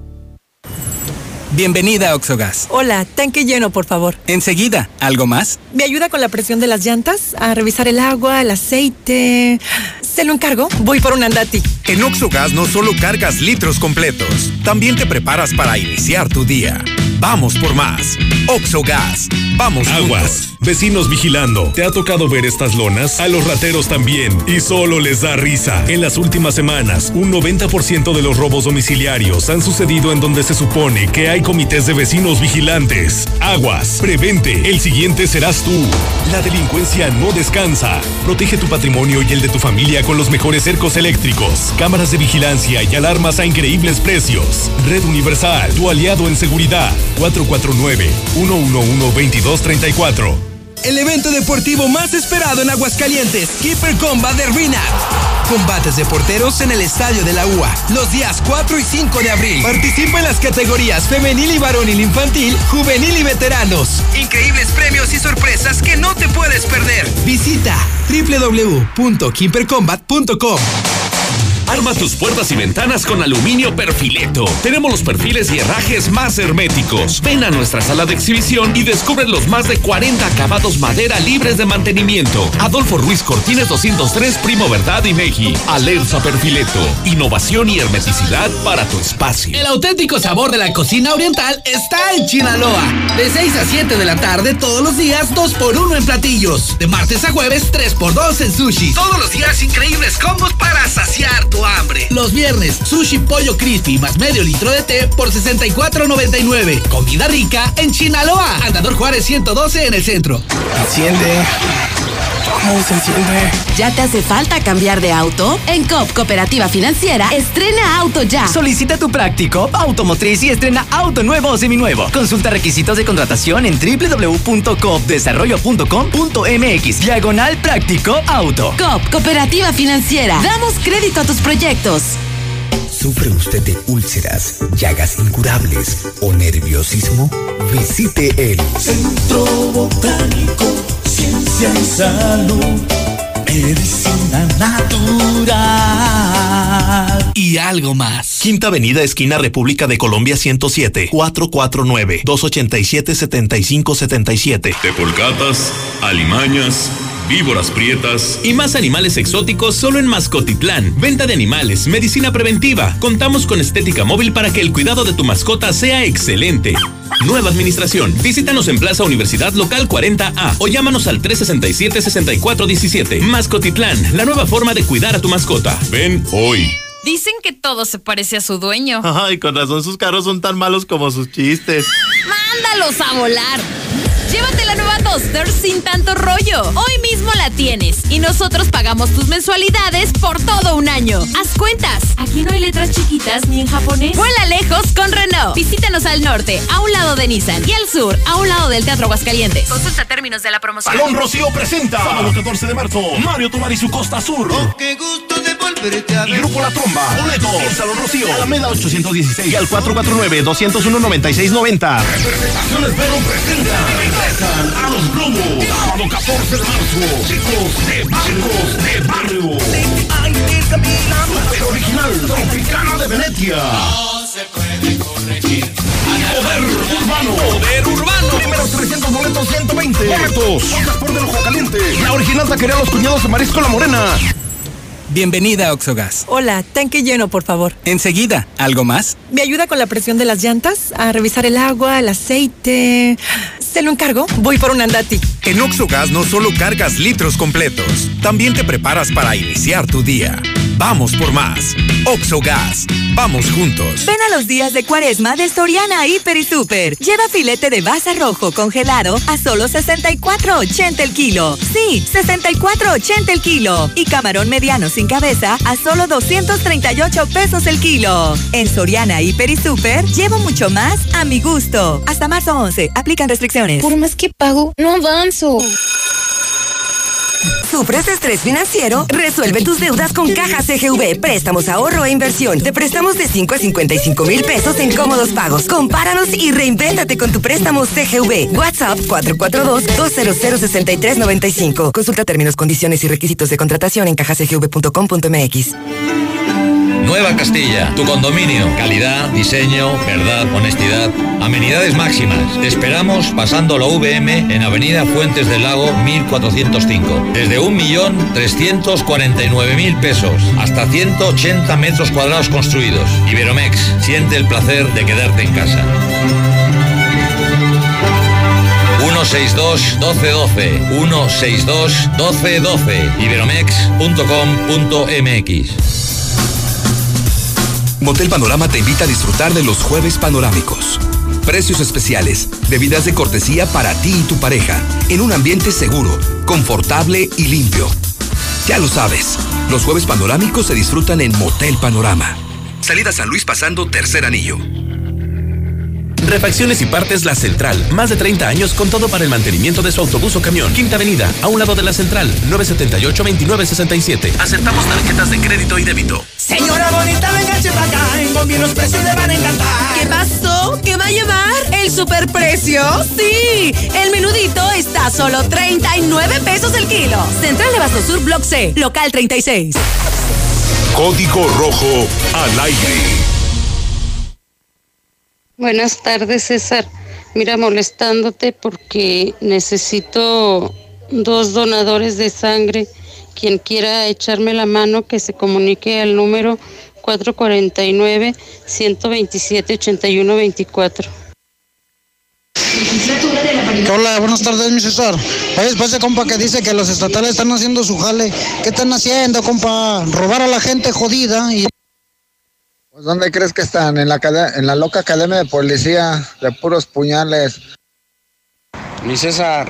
Speaker 23: Bienvenida a Oxogas.
Speaker 33: Hola, tanque lleno, por favor.
Speaker 23: Enseguida, ¿algo más?
Speaker 33: ¿Me ayuda con la presión de las llantas? A revisar el agua, el aceite. ¿Se lo encargo? Voy por un Andati.
Speaker 34: En Oxogas no solo cargas litros completos, también te preparas para iniciar tu día. Vamos por más. Oxogas. Vamos
Speaker 30: Aguas.
Speaker 34: Juntos.
Speaker 30: Vecinos vigilando. ¿Te ha tocado ver estas lonas? A los rateros también. Y solo les da risa. En las últimas semanas, un noventa por ciento de los robos domiciliarios han sucedido en donde se supone que hay comités de vecinos vigilantes. Aguas. Prevente. El siguiente serás tú. La delincuencia no descansa. Protege tu patrimonio y el de tu familia con los mejores cercos eléctricos, cámaras de vigilancia y alarmas a increíbles precios. Red Universal, tu aliado en seguridad. cuatro cuatro nueve, uno uno uno, veintidós treinta y cuatro.
Speaker 35: El evento deportivo más esperado en Aguascalientes, Keeper Combat de RINAT. Combates de porteros en el Estadio de la U A, los días cuatro y cinco de abril. Participa en las categorías femenil y varonil infantil, juvenil y veteranos. Increíbles premios y sorpresas que no te puedes perder. Visita doble u doble u doble u punto keeper combat punto com.
Speaker 21: Arma tus puertas y ventanas con aluminio Perfileto. Tenemos los perfiles y herrajes más herméticos. Ven a nuestra sala de exhibición y descubre los más de cuarenta acabados madera libres de mantenimiento. Adolfo Ruiz Cortines doscientos tres, Primo Verdad y Meji. Alerza Perfileto. Innovación y hermeticidad para tu espacio.
Speaker 1: El auténtico sabor de la cocina oriental está en Chinaloa. De seis a siete de la tarde todos los días, dos por uno en platillos. De martes a jueves, tres por dos en sushi. Todos los días increíbles combos para saciar tu hambre. Los viernes, sushi pollo crispy más medio litro de té por sesenta y cuatro noventa y nueve. Comida rica en Chinaloa. Andador Juárez ciento doce en el centro.
Speaker 2: Enciende. ¿Cómo se enciende?
Speaker 5: ¿Ya te hace falta cambiar de auto? En Coop Cooperativa Financiera, estrena auto ya.
Speaker 6: Solicita tu Practico automotriz y estrena auto nuevo o seminuevo. Consulta requisitos de contratación en doble u doble u doble u punto coop desarrollo punto com punto m x. Diagonal Práctico Auto.
Speaker 5: Coop Cooperativa Financiera. Damos crédito a tus proyectos.
Speaker 7: ¿Sufre usted de úlceras, llagas incurables o nerviosismo? Visite el
Speaker 8: Centro Botánico, Ciencia y Salud, Medicina Natural
Speaker 1: y algo más.
Speaker 34: Quinta Avenida, esquina República de Colombia ciento siete, cuatro cuatro nueve, dos ocho siete, siete cinco siete siete.
Speaker 21: Tepolcatas, alimañas, víboras prietas y más animales exóticos solo en Mascotitlán. Venta de animales, medicina preventiva. Contamos con estética móvil para que el cuidado de tu mascota sea excelente. Nueva administración. Visítanos en Plaza Universidad Local cuarenta A o llámanos al tres sesenta y siete, sesenta y cuatro diecisiete. Mascotitlán, la nueva forma de cuidar a tu mascota. Ven hoy.
Speaker 9: Dicen que todo se parece a su dueño.
Speaker 10: Ay, con razón sus carros son tan malos como sus chistes.
Speaker 9: ¡Mándalos a volar! Llévate la nueva Duster sin tanto rollo. Hoy mismo la tienes y nosotros pagamos tus mensualidades por todo un año. Haz cuentas. Aquí no hay letras chiquitas ni en japonés. Vuela lejos con Renault. Visítanos al norte, a un lado de Nissan, y al sur, a un lado del Teatro Aguascalientes. Consulta términos de la promoción.
Speaker 19: Salón Rocío presenta sábado catorce de marzo Mario Tomar y su Costa Sur.
Speaker 8: Oh, qué gusto de volverte a ver.
Speaker 19: Y Grupo La Tromba. Boletos en Salón Rocío, Alameda ochocientos dieciséis y al cuatro cuatro nueve, dos cero uno, nueve seis nueve cero.
Speaker 8: Representaciones Vero presenta.
Speaker 19: Regresan a los globos. Sábado catorce de marzo. Chicos de barrios de barrio. Super original. Tropicana de Venecia.
Speaker 8: No se puede corregir.
Speaker 19: Poder Urbano.
Speaker 8: Poder Urbano.
Speaker 19: Primeros trescientos boletos, ciento veinte. Boletos. Transporte del Ojo Caliente. La original taquería Los Cuñados de Marisco La Morena.
Speaker 23: Bienvenida a Oxogas.
Speaker 33: Hola, tanque lleno, por favor.
Speaker 23: Enseguida, ¿algo más?
Speaker 33: ¿Me ayuda con la presión de las llantas? A revisar el agua, el aceite. ¿Se lo encargo? Voy por un Andati.
Speaker 34: En Oxogas no solo cargas litros completos, también te preparas para iniciar tu día. Vamos por más. Oxogas. Vamos juntos.
Speaker 14: Ven a los días de Cuaresma de Soriana Hiper y Super. Lleva filete de basa rojo congelado a solo sesenta y cuatro ochenta el kilo. Sí, sesenta y cuatro ochenta el kilo. Y camarón mediano sin cabeza a solo doscientos treinta y ocho pesos el kilo. En Soriana Hiper y Super llevo mucho más a mi gusto. Hasta marzo once. Aplican restricciones.
Speaker 15: Por más que pago, no avanzo.
Speaker 13: ¿Sufres de estrés financiero? Resuelve tus deudas con Caja C G V. Préstamos, ahorro e inversión. Te prestamos de cinco a cincuenta y cinco mil pesos en cómodos pagos. Compáranos y reinvéntate con tu préstamo C G V. WhatsApp cuatro cuatro dos, dos cero cero, seis tres nueve cinco. Consulta términos, condiciones y requisitos de contratación en caja c g v punto com punto m x.
Speaker 18: Nueva Castilla, tu condominio. Calidad, diseño, verdad, honestidad. Amenidades máximas. Te esperamos pasando la V M en Avenida Fuentes del Lago mil cuatrocientos cinco. Desde un millón trescientos cuarenta y nueve mil pesos hasta ciento ochenta metros cuadrados construidos. Iberomex, siente el placer de quedarte en casa. uno seis dos, doce doce. uno seis dos, doce doce. iberomex punto com punto m x.
Speaker 27: Motel Panorama te invita a disfrutar de los jueves panorámicos. Precios especiales, bebidas de cortesía para ti y tu pareja, en un ambiente seguro, confortable y limpio. Ya lo sabes, los jueves panorámicos se disfrutan en Motel Panorama. Salida San Luis pasando Tercer Anillo.
Speaker 21: Refacciones y partes La Central. Más de treinta años con todo para el mantenimiento de su autobús o camión. Quinta Avenida, a un lado de La Central. nueve siete ocho, veintinueve sesenta y siete. Aceptamos tarjetas de crédito y débito.
Speaker 8: Señora bonita, venga para acá. En Combi los precios le van a encantar.
Speaker 22: ¿Qué pasó? ¿Qué va a llevar? ¿El superprecio? Sí. El menudito está a solo treinta y nueve pesos el kilo. Central de Abasto Sur, Block C, local treinta y seis.
Speaker 21: Código Rojo al aire.
Speaker 3: Buenas tardes, César. Mira, molestándote porque necesito dos donadores de sangre. Quien quiera echarme la mano, que se comunique al número cuatro cuatro nueve, uno dos siete, ocho uno dos cuatro.
Speaker 4: Hola, buenas tardes, mi César. Oye, después de compa que dice que los estatales están haciendo su jale, ¿qué están haciendo, compa? Robar a la gente jodida y...
Speaker 11: Pues, ¿dónde crees que están? En la, en la loca academia de policía, de puros puñales.
Speaker 12: Mi César,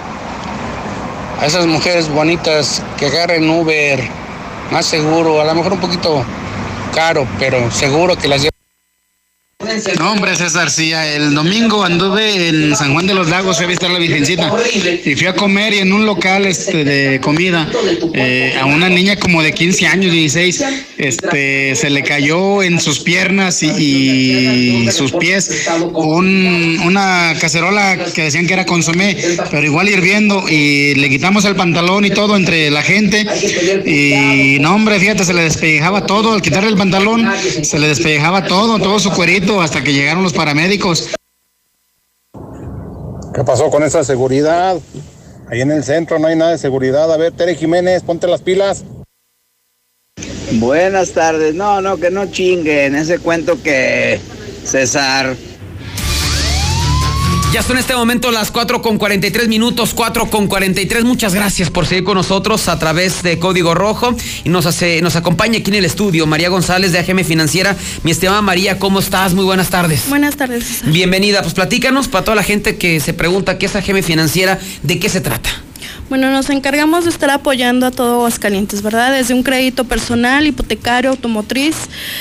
Speaker 12: a esas mujeres bonitas que agarren Uber, más seguro, a lo mejor un poquito caro, pero seguro que las llevan.
Speaker 16: No, hombre, César, sí, el domingo anduve en San Juan de los Lagos, fui a visitar a la Virgencita y fui a comer y en un local este, de comida eh, a una niña como de quince años, dieciséis, este, se le cayó en sus piernas y, y sus pies un, una cacerola que decían que era consomé, pero igual hirviendo, y le quitamos el pantalón y todo entre la gente y no, hombre, fíjate, se le despellejaba todo, al quitarle el pantalón se le despellejaba todo, todo su cuerito, hasta que llegaron los paramédicos.
Speaker 17: ¿Qué pasó con esa seguridad? Ahí en el centro no hay nada de seguridad. A ver, Tere Jiménez, ponte las pilas.
Speaker 20: Buenas tardes. No, no, que no chinguen. Ese cuento que César...
Speaker 1: Ya son en este momento las cuatro con cuarenta y tres minutos, cuatro con cuarenta y tres. Muchas gracias por seguir con nosotros a través de Código Rojo. Y nos hace, nos acompaña aquí en el estudio María González de A G M Financiera. Mi estimada María, ¿cómo estás? Muy buenas tardes.
Speaker 24: Buenas tardes, César.
Speaker 1: Bienvenida. Pues platícanos, para toda la gente que se pregunta qué es A G M Financiera, ¿de qué se trata?
Speaker 24: Bueno, nos encargamos de estar apoyando a todo Aguascalientes, ¿verdad? Desde un crédito personal, hipotecario, automotriz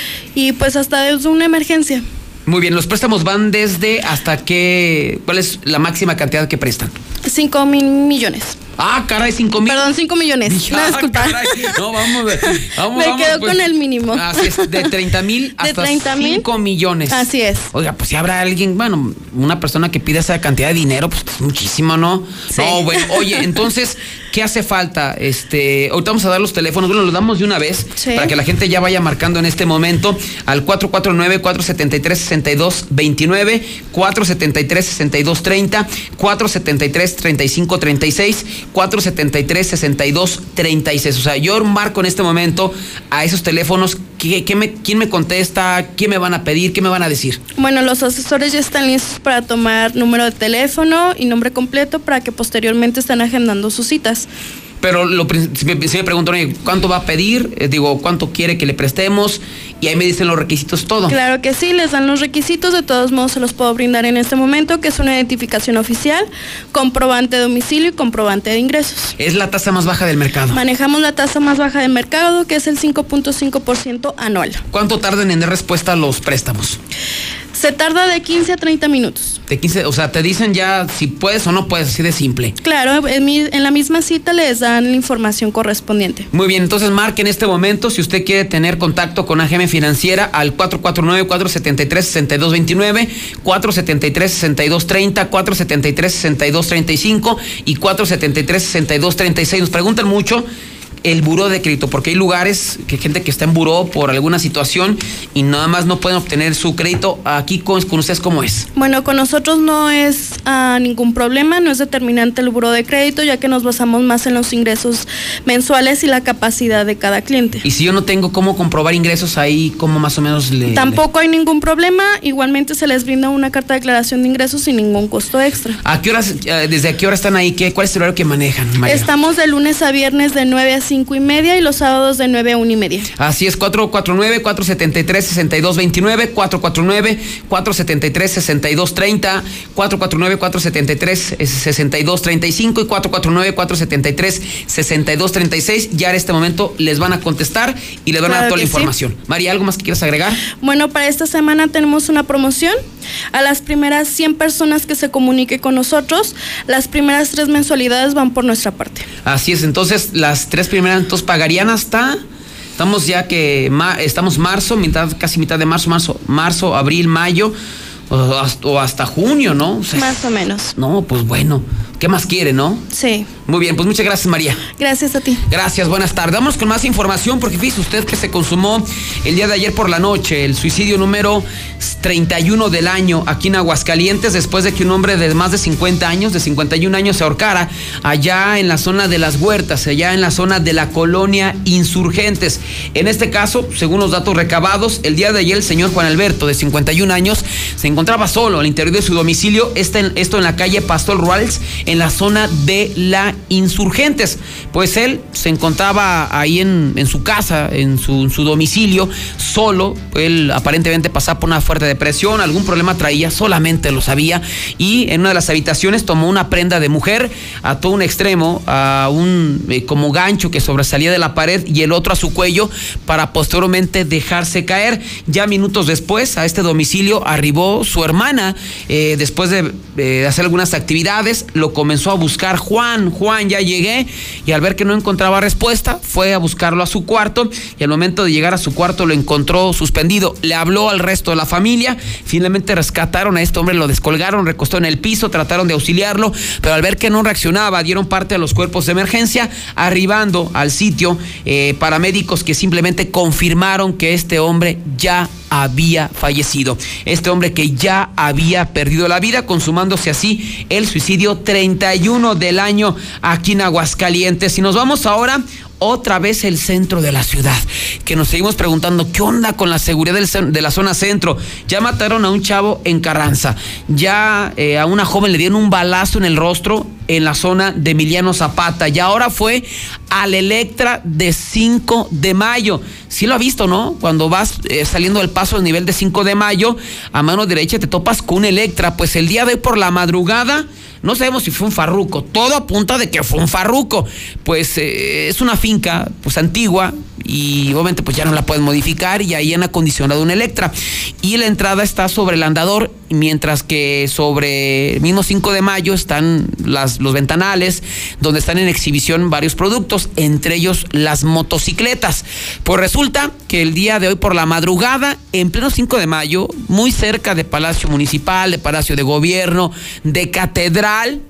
Speaker 24: y pues hasta desde una emergencia.
Speaker 1: Muy bien, los préstamos van desde hasta qué, ¿cuál es la máxima cantidad que prestan?
Speaker 24: Cinco mil millones.
Speaker 1: Ah, caray, cinco mil.
Speaker 24: Perdón, cinco millones. No, disculpa.
Speaker 1: Caray. No, vamos, vamos.
Speaker 24: Me
Speaker 1: vamos,
Speaker 24: quedo
Speaker 1: pues,
Speaker 24: con el mínimo.
Speaker 1: Así es, de treinta mil hasta cinco millones.
Speaker 24: Así es.
Speaker 1: Oiga, pues si habrá alguien, bueno, una persona que pida esa cantidad de dinero, pues es muchísimo, ¿no? Sí. No, bueno, oye, entonces, ¿qué hace falta? Este, ahorita vamos a dar los teléfonos, bueno, los damos de una vez, sí, para que la gente ya vaya marcando en este momento al cuatro cuatro nueve, cuatro siete tres, seis dos dos nueve, cuatro siete tres, seis dos tres cero, cuatro siete tres, tres cinco tres seis, cuatro siete tres, seis dos tres seis. O sea, yo marco en este momento a esos teléfonos. ¿Qué, qué me, ¿Quién me contesta? ¿Qué me van a pedir? ¿Qué me van a decir?
Speaker 24: Bueno, los asesores ya están listos para tomar número de teléfono y nombre completo para que posteriormente estén agendando sus citas.
Speaker 1: Pero lo, si, me, si me preguntan, ¿cuánto va a pedir? Eh, digo, ¿cuánto quiere que le prestemos? Y ahí me dicen los requisitos, todo.
Speaker 24: Claro que sí, les dan los requisitos, de todos modos se los puedo brindar en este momento, que es una identificación oficial, comprobante de domicilio y comprobante de ingresos.
Speaker 1: Es la tasa más baja del mercado.
Speaker 24: Manejamos la tasa más baja del mercado, que es el cinco punto cinco por ciento anual.
Speaker 1: ¿Cuánto tardan en dar respuesta a los préstamos?
Speaker 24: Se tarda de quince a treinta minutos.
Speaker 1: De quince, o sea, te dicen ya si puedes o no puedes, así de simple.
Speaker 24: Claro, en, mi, en la misma cita les dan la información correspondiente.
Speaker 1: Muy bien, entonces marque en este momento si usted quiere tener contacto con A G M Financiera al cuatro cuatro nueve, cuatro siete tres, seis dos dos nueve, cuatro siete tres, seis dos tres cero, cuatro siete tres, seis dos tres cinco y cuatro siete tres, seis dos tres seis. Nos preguntan mucho el buró de crédito, porque hay lugares, que gente que está en buró por alguna situación y nada más no pueden obtener su crédito. Aquí con, con ustedes, ¿cómo es?
Speaker 24: Bueno, con nosotros no es uh, ningún problema, no es determinante el buró de crédito, ya que nos basamos más en los ingresos mensuales y la capacidad de cada cliente.
Speaker 1: Y si yo no tengo cómo comprobar ingresos, ahí cómo más o menos le...
Speaker 24: Tampoco hay ningún problema, igualmente se les brinda una carta de declaración de ingresos sin ningún costo extra.
Speaker 1: ¿A qué horas, desde a qué hora están ahí? ¿Qué, ¿Cuál es el horario que manejan, María?
Speaker 24: Estamos de lunes a viernes de nueve a cinco y media y los sábados de nueve a una y media.
Speaker 1: Así es, cuatro cuatro nueve, cuatro siete tres, seis dos dos nueve, cuatro cuatro nueve, cuatro siete tres, seis dos tres cero, cuatro cuatro nueve, cuatro siete tres, seis dos tres cinco y cuatro cuatro nueve, cuatro siete tres, seis dos tres seis. Ya en este momento les van a contestar y les van claro a dar toda la información. Sí. María, ¿algo más que quieras agregar?
Speaker 24: Bueno, para esta semana tenemos una promoción. A las primeras cien personas que se comunique con nosotros, las primeras tres mensualidades van por nuestra parte.
Speaker 1: Así es, entonces las tres primeras entonces pagarían hasta, estamos ya que ma, estamos marzo, mitad, casi mitad de marzo, marzo, marzo, abril, mayo o hasta, o hasta junio, ¿no? O sea,
Speaker 24: más o menos.
Speaker 1: No, pues bueno,
Speaker 2: ¿Qué más quiere, no?
Speaker 24: Sí.
Speaker 2: Muy bien, pues muchas gracias, María.
Speaker 24: Gracias a ti.
Speaker 2: Gracias, buenas tardes. Vamos con más información porque fíjese usted que se consumó el día de ayer por la noche el suicidio número treinta y uno del año aquí en Aguascalientes, después de que un hombre de más de cincuenta años, de cincuenta y un años, se ahorcara allá en la zona de Las Huertas, allá en la zona de la colonia Insurgentes. En este caso, según los datos recabados, el día de ayer el señor Juan Alberto, de cincuenta y un años, se encontraba solo al interior de su domicilio, esto en la calle Pastor Ruales, en la zona de la Insurgentes. Pues él se encontraba ahí en, en su casa, en su, en su domicilio, solo. Él aparentemente pasaba por una fuerte depresión, algún problema traía, solamente lo sabía, y en una de las habitaciones tomó una prenda de mujer, ató un extremo a un eh, como gancho que sobresalía de la pared y el otro a su cuello para posteriormente dejarse caer. Ya minutos después a este domicilio arribó su hermana, eh, después de eh, hacer algunas actividades, lo comenzó a buscar Juan. Juan, ya llegué, y al ver que no encontraba respuesta, fue a buscarlo a su cuarto, y al momento de llegar a su cuarto lo encontró suspendido. Le habló al resto de la familia, finalmente rescataron a este hombre, lo descolgaron, recostó en el piso, trataron de auxiliarlo, pero al ver que no reaccionaba, dieron parte a los cuerpos de emergencia, arribando al sitio eh, paramédicos que simplemente confirmaron que este hombre ya había fallecido. Este hombre que ya había perdido la vida, consumándose así el suicidio treinta y uno del año aquí en Aguascalientes. Y nos vamos ahora otra vez el centro de la ciudad, que nos seguimos preguntando qué onda con la seguridad del, de la zona centro. Ya mataron a un chavo en Carranza, ya eh, a una joven le dieron un balazo en el rostro en la zona de Emiliano Zapata, y ahora fue al Electra de cinco de mayo. Sí lo ha visto, ¿no? Cuando vas eh, saliendo del paso del nivel de cinco de mayo, a mano derecha te topas con un Electra. Pues el día de hoy por la madrugada, no sabemos si fue un farruco, todo apunta de que fue un farruco. Pues eh, es una finca pues antigua, y obviamente pues ya no la pueden modificar, y ahí han acondicionado un Electra, y la entrada está sobre el andador, mientras que sobre el mismo cinco de mayo están las, los ventanales donde están en exhibición varios productos, entre ellos las motocicletas. Pues resulta que el día de hoy por la madrugada, en pleno cinco de mayo, muy cerca de Palacio Municipal, de Palacio de Gobierno, de Catedral,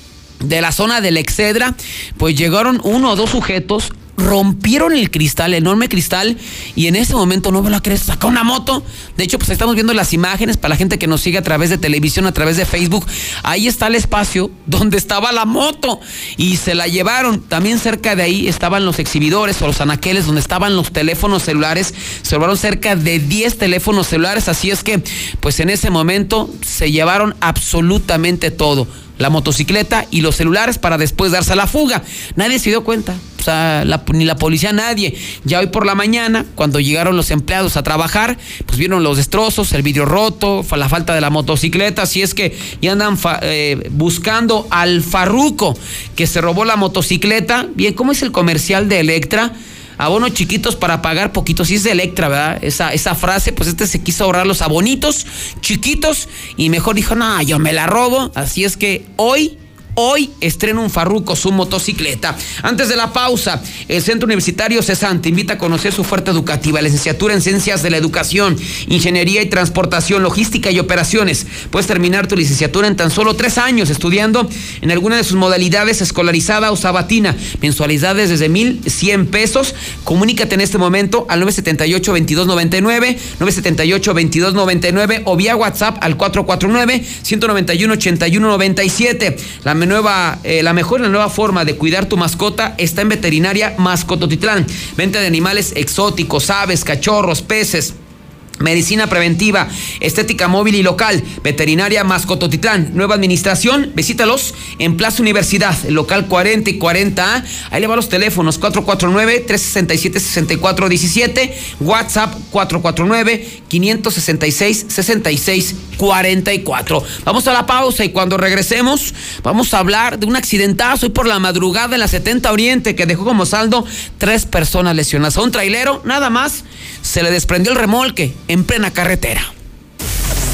Speaker 2: de la zona del Excedra, pues llegaron uno o dos sujetos, rompieron el cristal, el enorme cristal, y en ese momento, no me lo crees, sacó una moto. De hecho, pues estamos viendo las imágenes para la gente que nos sigue a través de televisión, a través de Facebook. Ahí está el espacio donde estaba la moto, y se la llevaron. También cerca de ahí estaban los exhibidores o los anaqueles donde estaban los teléfonos celulares. Se robaron cerca de diez teléfonos celulares, así es que pues en ese momento se llevaron absolutamente todo, la motocicleta y los celulares, para después darse a la fuga. Nadie se dio cuenta, o sea, la, ni la policía, nadie. Ya hoy por la mañana, cuando llegaron los empleados a trabajar, pues vieron los destrozos, el vidrio roto, la falta de la motocicleta, así es que ya andan fa, eh, buscando al farruco que se robó la motocicleta. Bien, ¿cómo es el comercial de Electra? Abonos chiquitos para pagar poquitos. Sí es de Electra, ¿verdad? Esa, esa frase, pues este se quiso ahorrar los abonitos chiquitos y mejor dijo, no, yo me la robo. Así es que hoy... Hoy estrena un farruco su motocicleta. Antes de la pausa, el Centro Universitario CESAN te invita a conocer su oferta educativa, licenciatura en Ciencias de la Educación, Ingeniería y Transportación, Logística y Operaciones. Puedes terminar tu licenciatura en tan solo tres años estudiando en alguna de sus modalidades, escolarizada o sabatina. Mensualidades desde mil cien pesos. Comunícate en este momento al nueve siete ocho, veintidós noventa y nueve, nueve siete ocho, veintidós noventa y nueve o vía WhatsApp al cuatro cuatro nueve, ciento noventa y uno, ochenta y uno noventa y siete. La Nueva, eh, la mejor y la nueva forma de cuidar tu mascota está en Veterinaria Mascototitlán. Venta de animales exóticos, aves, cachorros, peces, medicina preventiva, estética móvil y local. Veterinaria Mascototitlán, nueva administración. Visítalos en Plaza Universidad, local cuarenta y cuarenta A. Ahí le va los teléfonos: cuatro cuatro nueve, tres seis siete, seis cuatro uno siete, WhatsApp cuatro cuatro nueve, cinco seis seis, seis seis cuatro cuatro. Vamos a la pausa y cuando regresemos vamos a hablar de un accidentazo hoy por la madrugada en la setenta Oriente que dejó como saldo tres personas lesionadas. A un trailero nada más se le desprendió el remolque en plena carretera.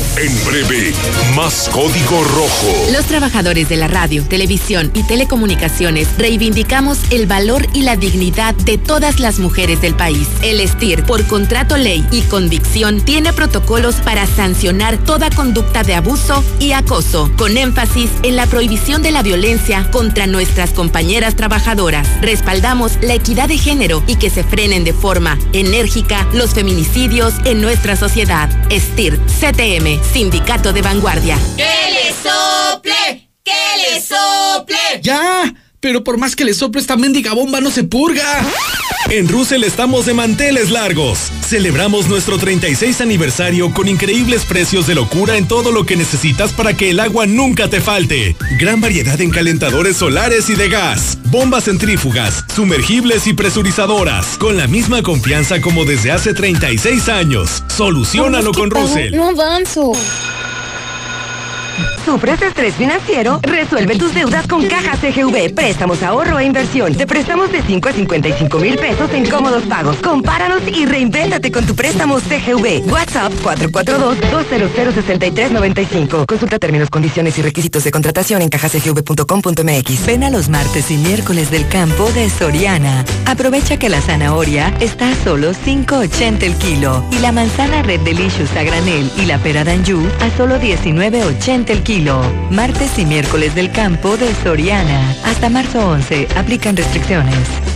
Speaker 21: En breve, más Código Rojo.
Speaker 5: Los trabajadores de la radio, televisión y telecomunicaciones reivindicamos el valor y la dignidad de todas las mujeres del país. El S T I R, por contrato, ley y convicción, tiene protocolos para sancionar toda conducta de abuso y acoso, con énfasis en la prohibición de la violencia contra nuestras compañeras trabajadoras. Respaldamos la equidad de género y que se frenen de forma enérgica los feminicidios en nuestra sociedad. S T I R, C T M, Sindicato de Vanguardia.
Speaker 1: ¡Que le sople! ¡Que le sople! ¡Ya! Pero por más que le sople, esta mendiga bomba no se purga.
Speaker 6: En Russell estamos de manteles largos. Celebramos nuestro treinta y seis aniversario con increíbles precios de locura en todo lo que necesitas para que el agua nunca te falte. Gran variedad en calentadores solares y de gas, bombas centrífugas, sumergibles y presurizadoras, con la misma confianza como desde hace treinta y seis años. Soluciónalo con Russell.
Speaker 7: No avanzo.
Speaker 13: ¿Sufres de estrés financiero? Resuelve tus deudas con Caja C G V. Préstamos, ahorro e inversión. Te prestamos de cinco a cincuenta y cinco mil pesos en cómodos pagos. Compáranos y reinvéntate con tu préstamo C G V. WhatsApp cuatro cuatro dos, dos cero cero, seis tres nueve cinco. Consulta términos, condiciones y requisitos de contratación en caja c g v punto com punto m x.
Speaker 14: Ven a los martes y miércoles del campo de Soriana. Aprovecha que la zanahoria está a solo cinco ochenta el kilo y la manzana Red Delicious a granel y la pera Danjú a solo diecinueve ochenta el kilo. Martes y miércoles del campo de Soriana. Hasta marzo once. Aplican restricciones.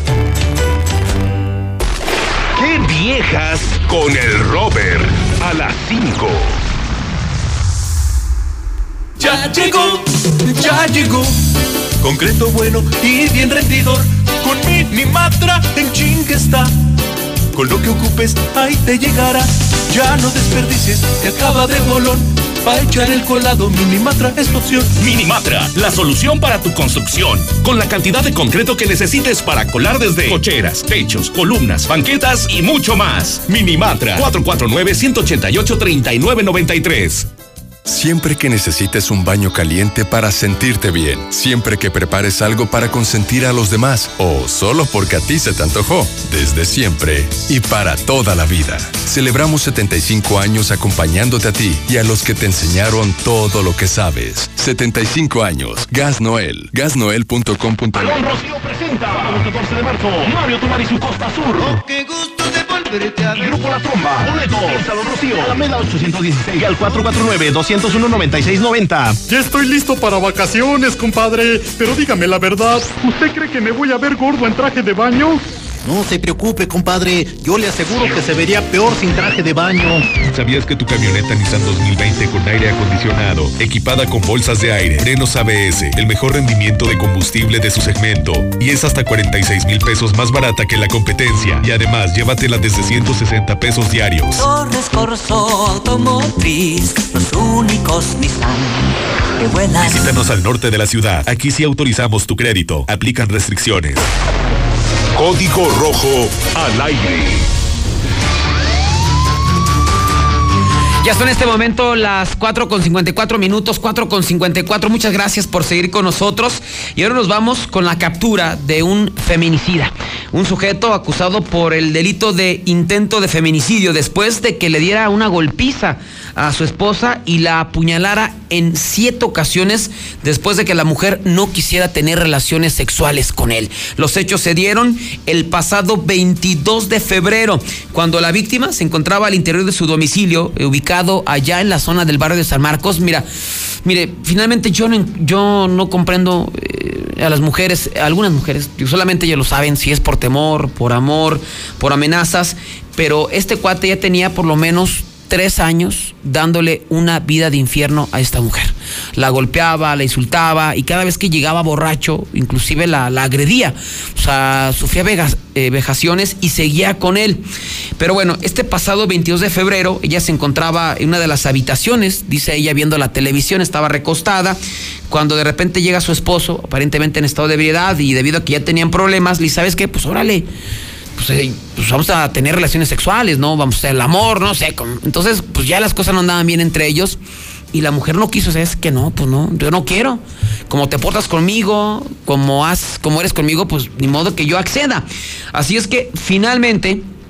Speaker 21: ¡Qué viejas con el Robert! A las cinco.
Speaker 8: Ya llegó, ya llegó. Concreto bueno y bien rendidor. Con Minimatra en chingue está. Con lo que ocupes, ahí te llegará. Ya no desperdicies, te acaba de bolón. Para echar el colado, Minimatra es tu opción.
Speaker 21: Minimatra, la solución para tu construcción. Con la cantidad de concreto que necesites para colar desde cocheras, techos, columnas, banquetas y mucho más. Minimatra, cuatro cuatro nueve, uno ocho ocho, tres nueve nueve tres.
Speaker 9: Siempre que necesites un baño caliente para sentirte bien, siempre que prepares algo para consentir a los demás o solo porque a ti se te antojó, desde siempre y para toda la vida. Celebramos setenta y cinco años acompañándote a ti y a los que te enseñaron todo lo que sabes. setenta y cinco años. Gas Noel. gas noel punto com punto m x.
Speaker 21: Alón Rocío presenta el catorce de marzo Mario Tomar y su Costa Sur.
Speaker 8: Oh, qué gusto de volverte a ver.
Speaker 21: Grupo La Tromba. Boletos. El Salón Rocío. Alameda ochocientos dieciséis y al cuatro cuatro nueve, dos cero uno, nueve seis nueve cero.
Speaker 10: Ya estoy listo para vacaciones, compadre. Pero dígame la verdad, ¿usted cree que me voy a ver gordo en traje de baño?
Speaker 19: No se preocupe, compadre. Yo le aseguro que se vería peor sin traje de baño.
Speaker 21: ¿Sabías que tu camioneta Nissan dos mil veinte con aire acondicionado, equipada con bolsas de aire, frenos A B S, el mejor rendimiento de combustible de su segmento, y es hasta cuarenta y seis mil pesos más barata que la competencia? Y además, llévatela desde ciento sesenta pesos diarios.
Speaker 23: Torres Corso Automotriz, los únicos Nissan que vuelan.
Speaker 21: Visítanos al norte de la ciudad. Aquí sí autorizamos tu crédito. Aplican restricciones. Código Rojo al aire.
Speaker 2: Ya son en este momento las cuatro con cincuenta y cuatro minutos, cuatro con cincuenta y cuatro. Muchas gracias por seguir con nosotros. Y ahora nos vamos con la captura de un feminicida. Un sujeto acusado por el delito de intento de feminicidio después de que le diera una golpiza a su esposa y la apuñalara en siete ocasiones después de que la mujer no quisiera tener relaciones sexuales con él. Los hechos se dieron el pasado veintidós de febrero, cuando la víctima se encontraba al interior de su domicilio, ubicado allá en la zona del barrio de San Marcos. Mira, mire, finalmente yo no, yo no comprendo eh, a las mujeres, a algunas mujeres, solamente ellas lo saben, si es por temor, por amor, por amenazas, pero este cuate ya tenía por lo menos tres años dándole una vida de infierno a esta mujer. La golpeaba, la insultaba y cada vez que llegaba borracho, inclusive la, la agredía. O sea, sufría vegas, eh, vejaciones y seguía con él. Pero bueno, este pasado veintidós de febrero, ella se encontraba en una de las habitaciones, dice ella, viendo la televisión, estaba recostada, cuando de repente llega su esposo, aparentemente en estado de ebriedad, y debido a que ya tenían problemas, le dice, ¿sabes qué? Pues órale, Pues, eh, pues vamos a tener relaciones sexuales, ¿no? Vamos a hacer el amor, no sé. Entonces, pues ya las cosas no andaban bien entre ellos. Y la mujer no quiso, ¿sabes? Que no, pues no, yo no quiero. Como te portas conmigo, como has, como eres conmigo, pues ni modo que yo acceda. Así es que finalmente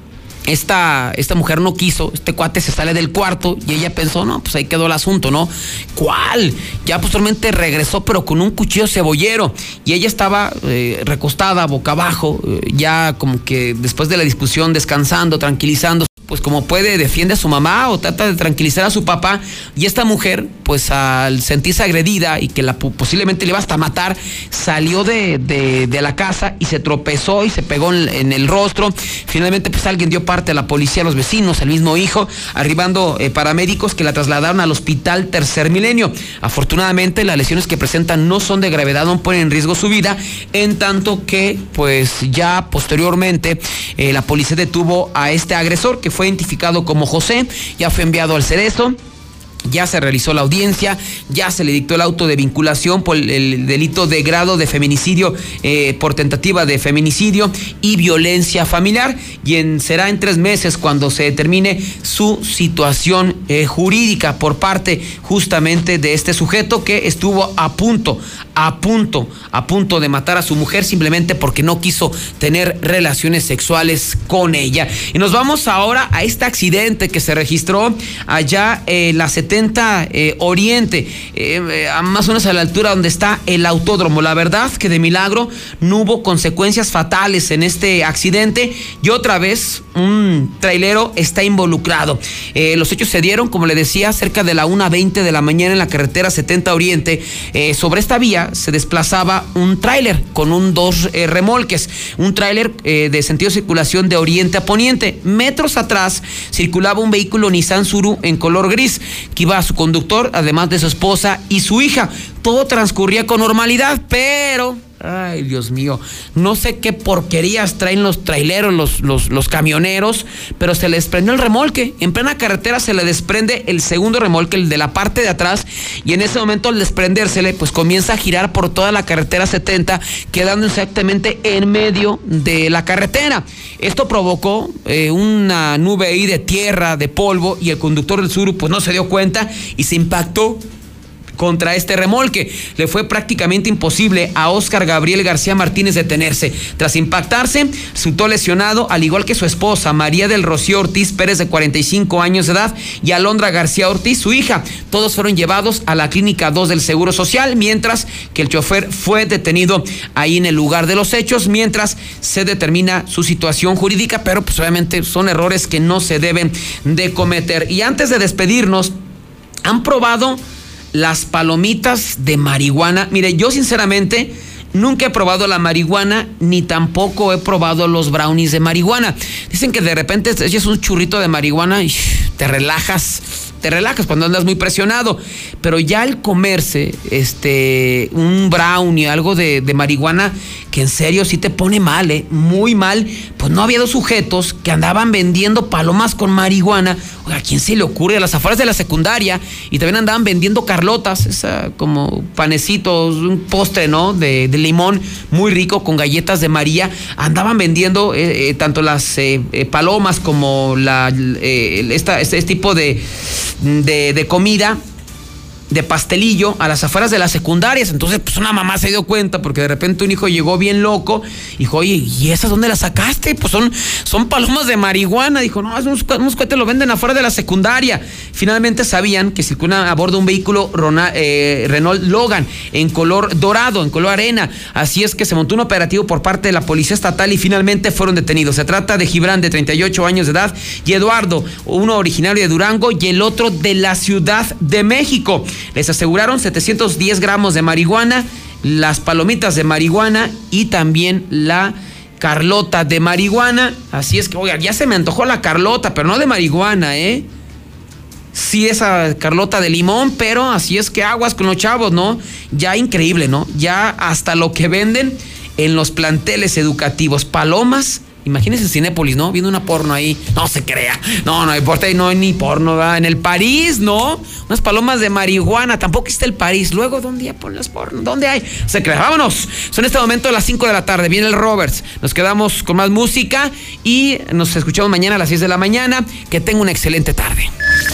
Speaker 2: Esta, esta mujer no quiso, este cuate se sale del cuarto y ella pensó, no, pues ahí quedó el asunto, ¿no? ¿Cuál? Ya posteriormente regresó, pero con un cuchillo cebollero, y ella estaba eh, recostada, boca abajo, eh, ya como que después de la discusión, descansando, tranquilizando, pues como puede, defiende a su mamá o trata de tranquilizar a su papá, y esta mujer, pues al sentirse agredida y que la posiblemente le iba hasta a matar, salió de, de, de la casa y se tropezó y se pegó en, en el rostro. Finalmente, pues alguien dio parte a la policía, a los vecinos, al mismo hijo, arribando eh, paramédicos que la trasladaron al hospital Tercer Milenio. Afortunadamente, las lesiones que presentan no son de gravedad, no ponen en riesgo su vida, en tanto que, pues ya posteriormente, eh, la policía detuvo a este agresor, que fue identificado como José, ya fue enviado al Cerezo. Ya se realizó la audiencia, ya se le dictó el auto de vinculación por el, el delito de grado de feminicidio, eh, por tentativa de feminicidio y violencia familiar, y en, será en tres meses cuando se determine su situación eh, jurídica por parte justamente de este sujeto que estuvo a punto, a punto, a punto de matar a su mujer simplemente porque no quiso tener relaciones sexuales con ella. Y nos vamos ahora a este accidente que se registró allá en eh, la setenta eh, Oriente, eh, a más o menos a la altura donde está el autódromo. La verdad que de milagro no hubo consecuencias fatales en este accidente, y otra vez un trailero está involucrado. Eh, los hechos se dieron, como le decía, cerca de la una veinte de la mañana en la carretera setenta Oriente. Eh, sobre esta vía se desplazaba un tráiler con un dos eh, remolques, un tráiler eh, de sentido de circulación de oriente a poniente. Metros atrás circulaba un vehículo Nissan Suru en color gris, que iba a su conductor, además de su esposa y su hija. Todo transcurría con normalidad, pero... ay, Dios mío, no sé qué porquerías traen los traileros, los, los, los camioneros, pero se les prendió el remolque. En plena carretera se le desprende el segundo remolque, el de la parte de atrás, y en ese momento, al desprendérsele, pues comienza a girar por toda la carretera setenta, quedando exactamente en medio de la carretera. Esto provocó eh, una nube ahí de tierra, de polvo, y el conductor del Suru pues no se dio cuenta y se impactó contra este remolque. Le fue prácticamente imposible a Óscar Gabriel García Martínez detenerse. Tras impactarse, resultó lesionado, al igual que su esposa, María del Rocío Ortiz Pérez, de cuarenta y cinco años de edad, y Alondra García Ortiz, su hija. Todos fueron llevados a la Clínica dos del Seguro Social, mientras que el chofer fue detenido ahí en el lugar de los hechos, mientras se determina su situación jurídica, pero pues obviamente son errores que no se deben de cometer. Y antes de despedirnos, ¿han probado las palomitas de marihuana? Mire, yo sinceramente nunca he probado la marihuana, ni tampoco he probado los brownies de marihuana. Dicen que de repente te echas un churrito de marihuana y te relajas, te relajas cuando andas muy presionado. Pero ya el comerse este un brownie, algo de, de marihuana, que en serio sí te pone mal, eh, muy mal. Pues no había dos sujetos que andaban vendiendo palomas con marihuana. Oiga, ¿a quién se le ocurre? A las afueras de la secundaria. Y también andaban vendiendo carlotas, esa como panecitos, un postre, ¿no? De, de limón muy rico con galletas de María. Andaban vendiendo eh, eh, tanto las eh, eh, palomas como la eh, esta, este, este tipo de, de, de comida, de pastelillo, a las afueras de las secundarias. Entonces pues una mamá se dio cuenta, porque de repente un hijo llegó bien loco y dijo, oye, ¿y esas dónde las sacaste? Pues son, son palomas de marihuana. Dijo, no, unos, unos cohetes lo venden afuera de la secundaria. Finalmente sabían que circulan a bordo un vehículo Rona, eh, Renault Logan en color dorado, en color arena. Así es que se montó un operativo por parte de la Policía Estatal y finalmente fueron detenidos. Se trata de Gibran, de treinta y ocho años de edad, y Eduardo, uno originario de Durango y el otro de la Ciudad de México. Les aseguraron setecientos diez gramos de marihuana, las palomitas de marihuana y también la carlota de marihuana. Así es que, oiga, ya se me antojó la carlota, pero no de marihuana, ¿eh? Sí, esa carlota de limón, pero así es que aguas con los chavos, ¿no? Ya increíble, ¿no? Ya hasta lo que venden en los planteles educativos, palomas. Imagínense Cinépolis, ¿no? Viendo una porno ahí. No se crea. No, no importa, no hay ni porno, ¿verdad? En el París, ¿no? Unas palomas de marihuana. Tampoco está el París. Luego, ¿dónde ya ponen las porno? ¿Dónde hay? Se crea. Vámonos. Son en este momento las cinco de la tarde. Viene el Roberts. Nos quedamos con más música y nos escuchamos mañana a las seis de la mañana. Que tenga una excelente tarde.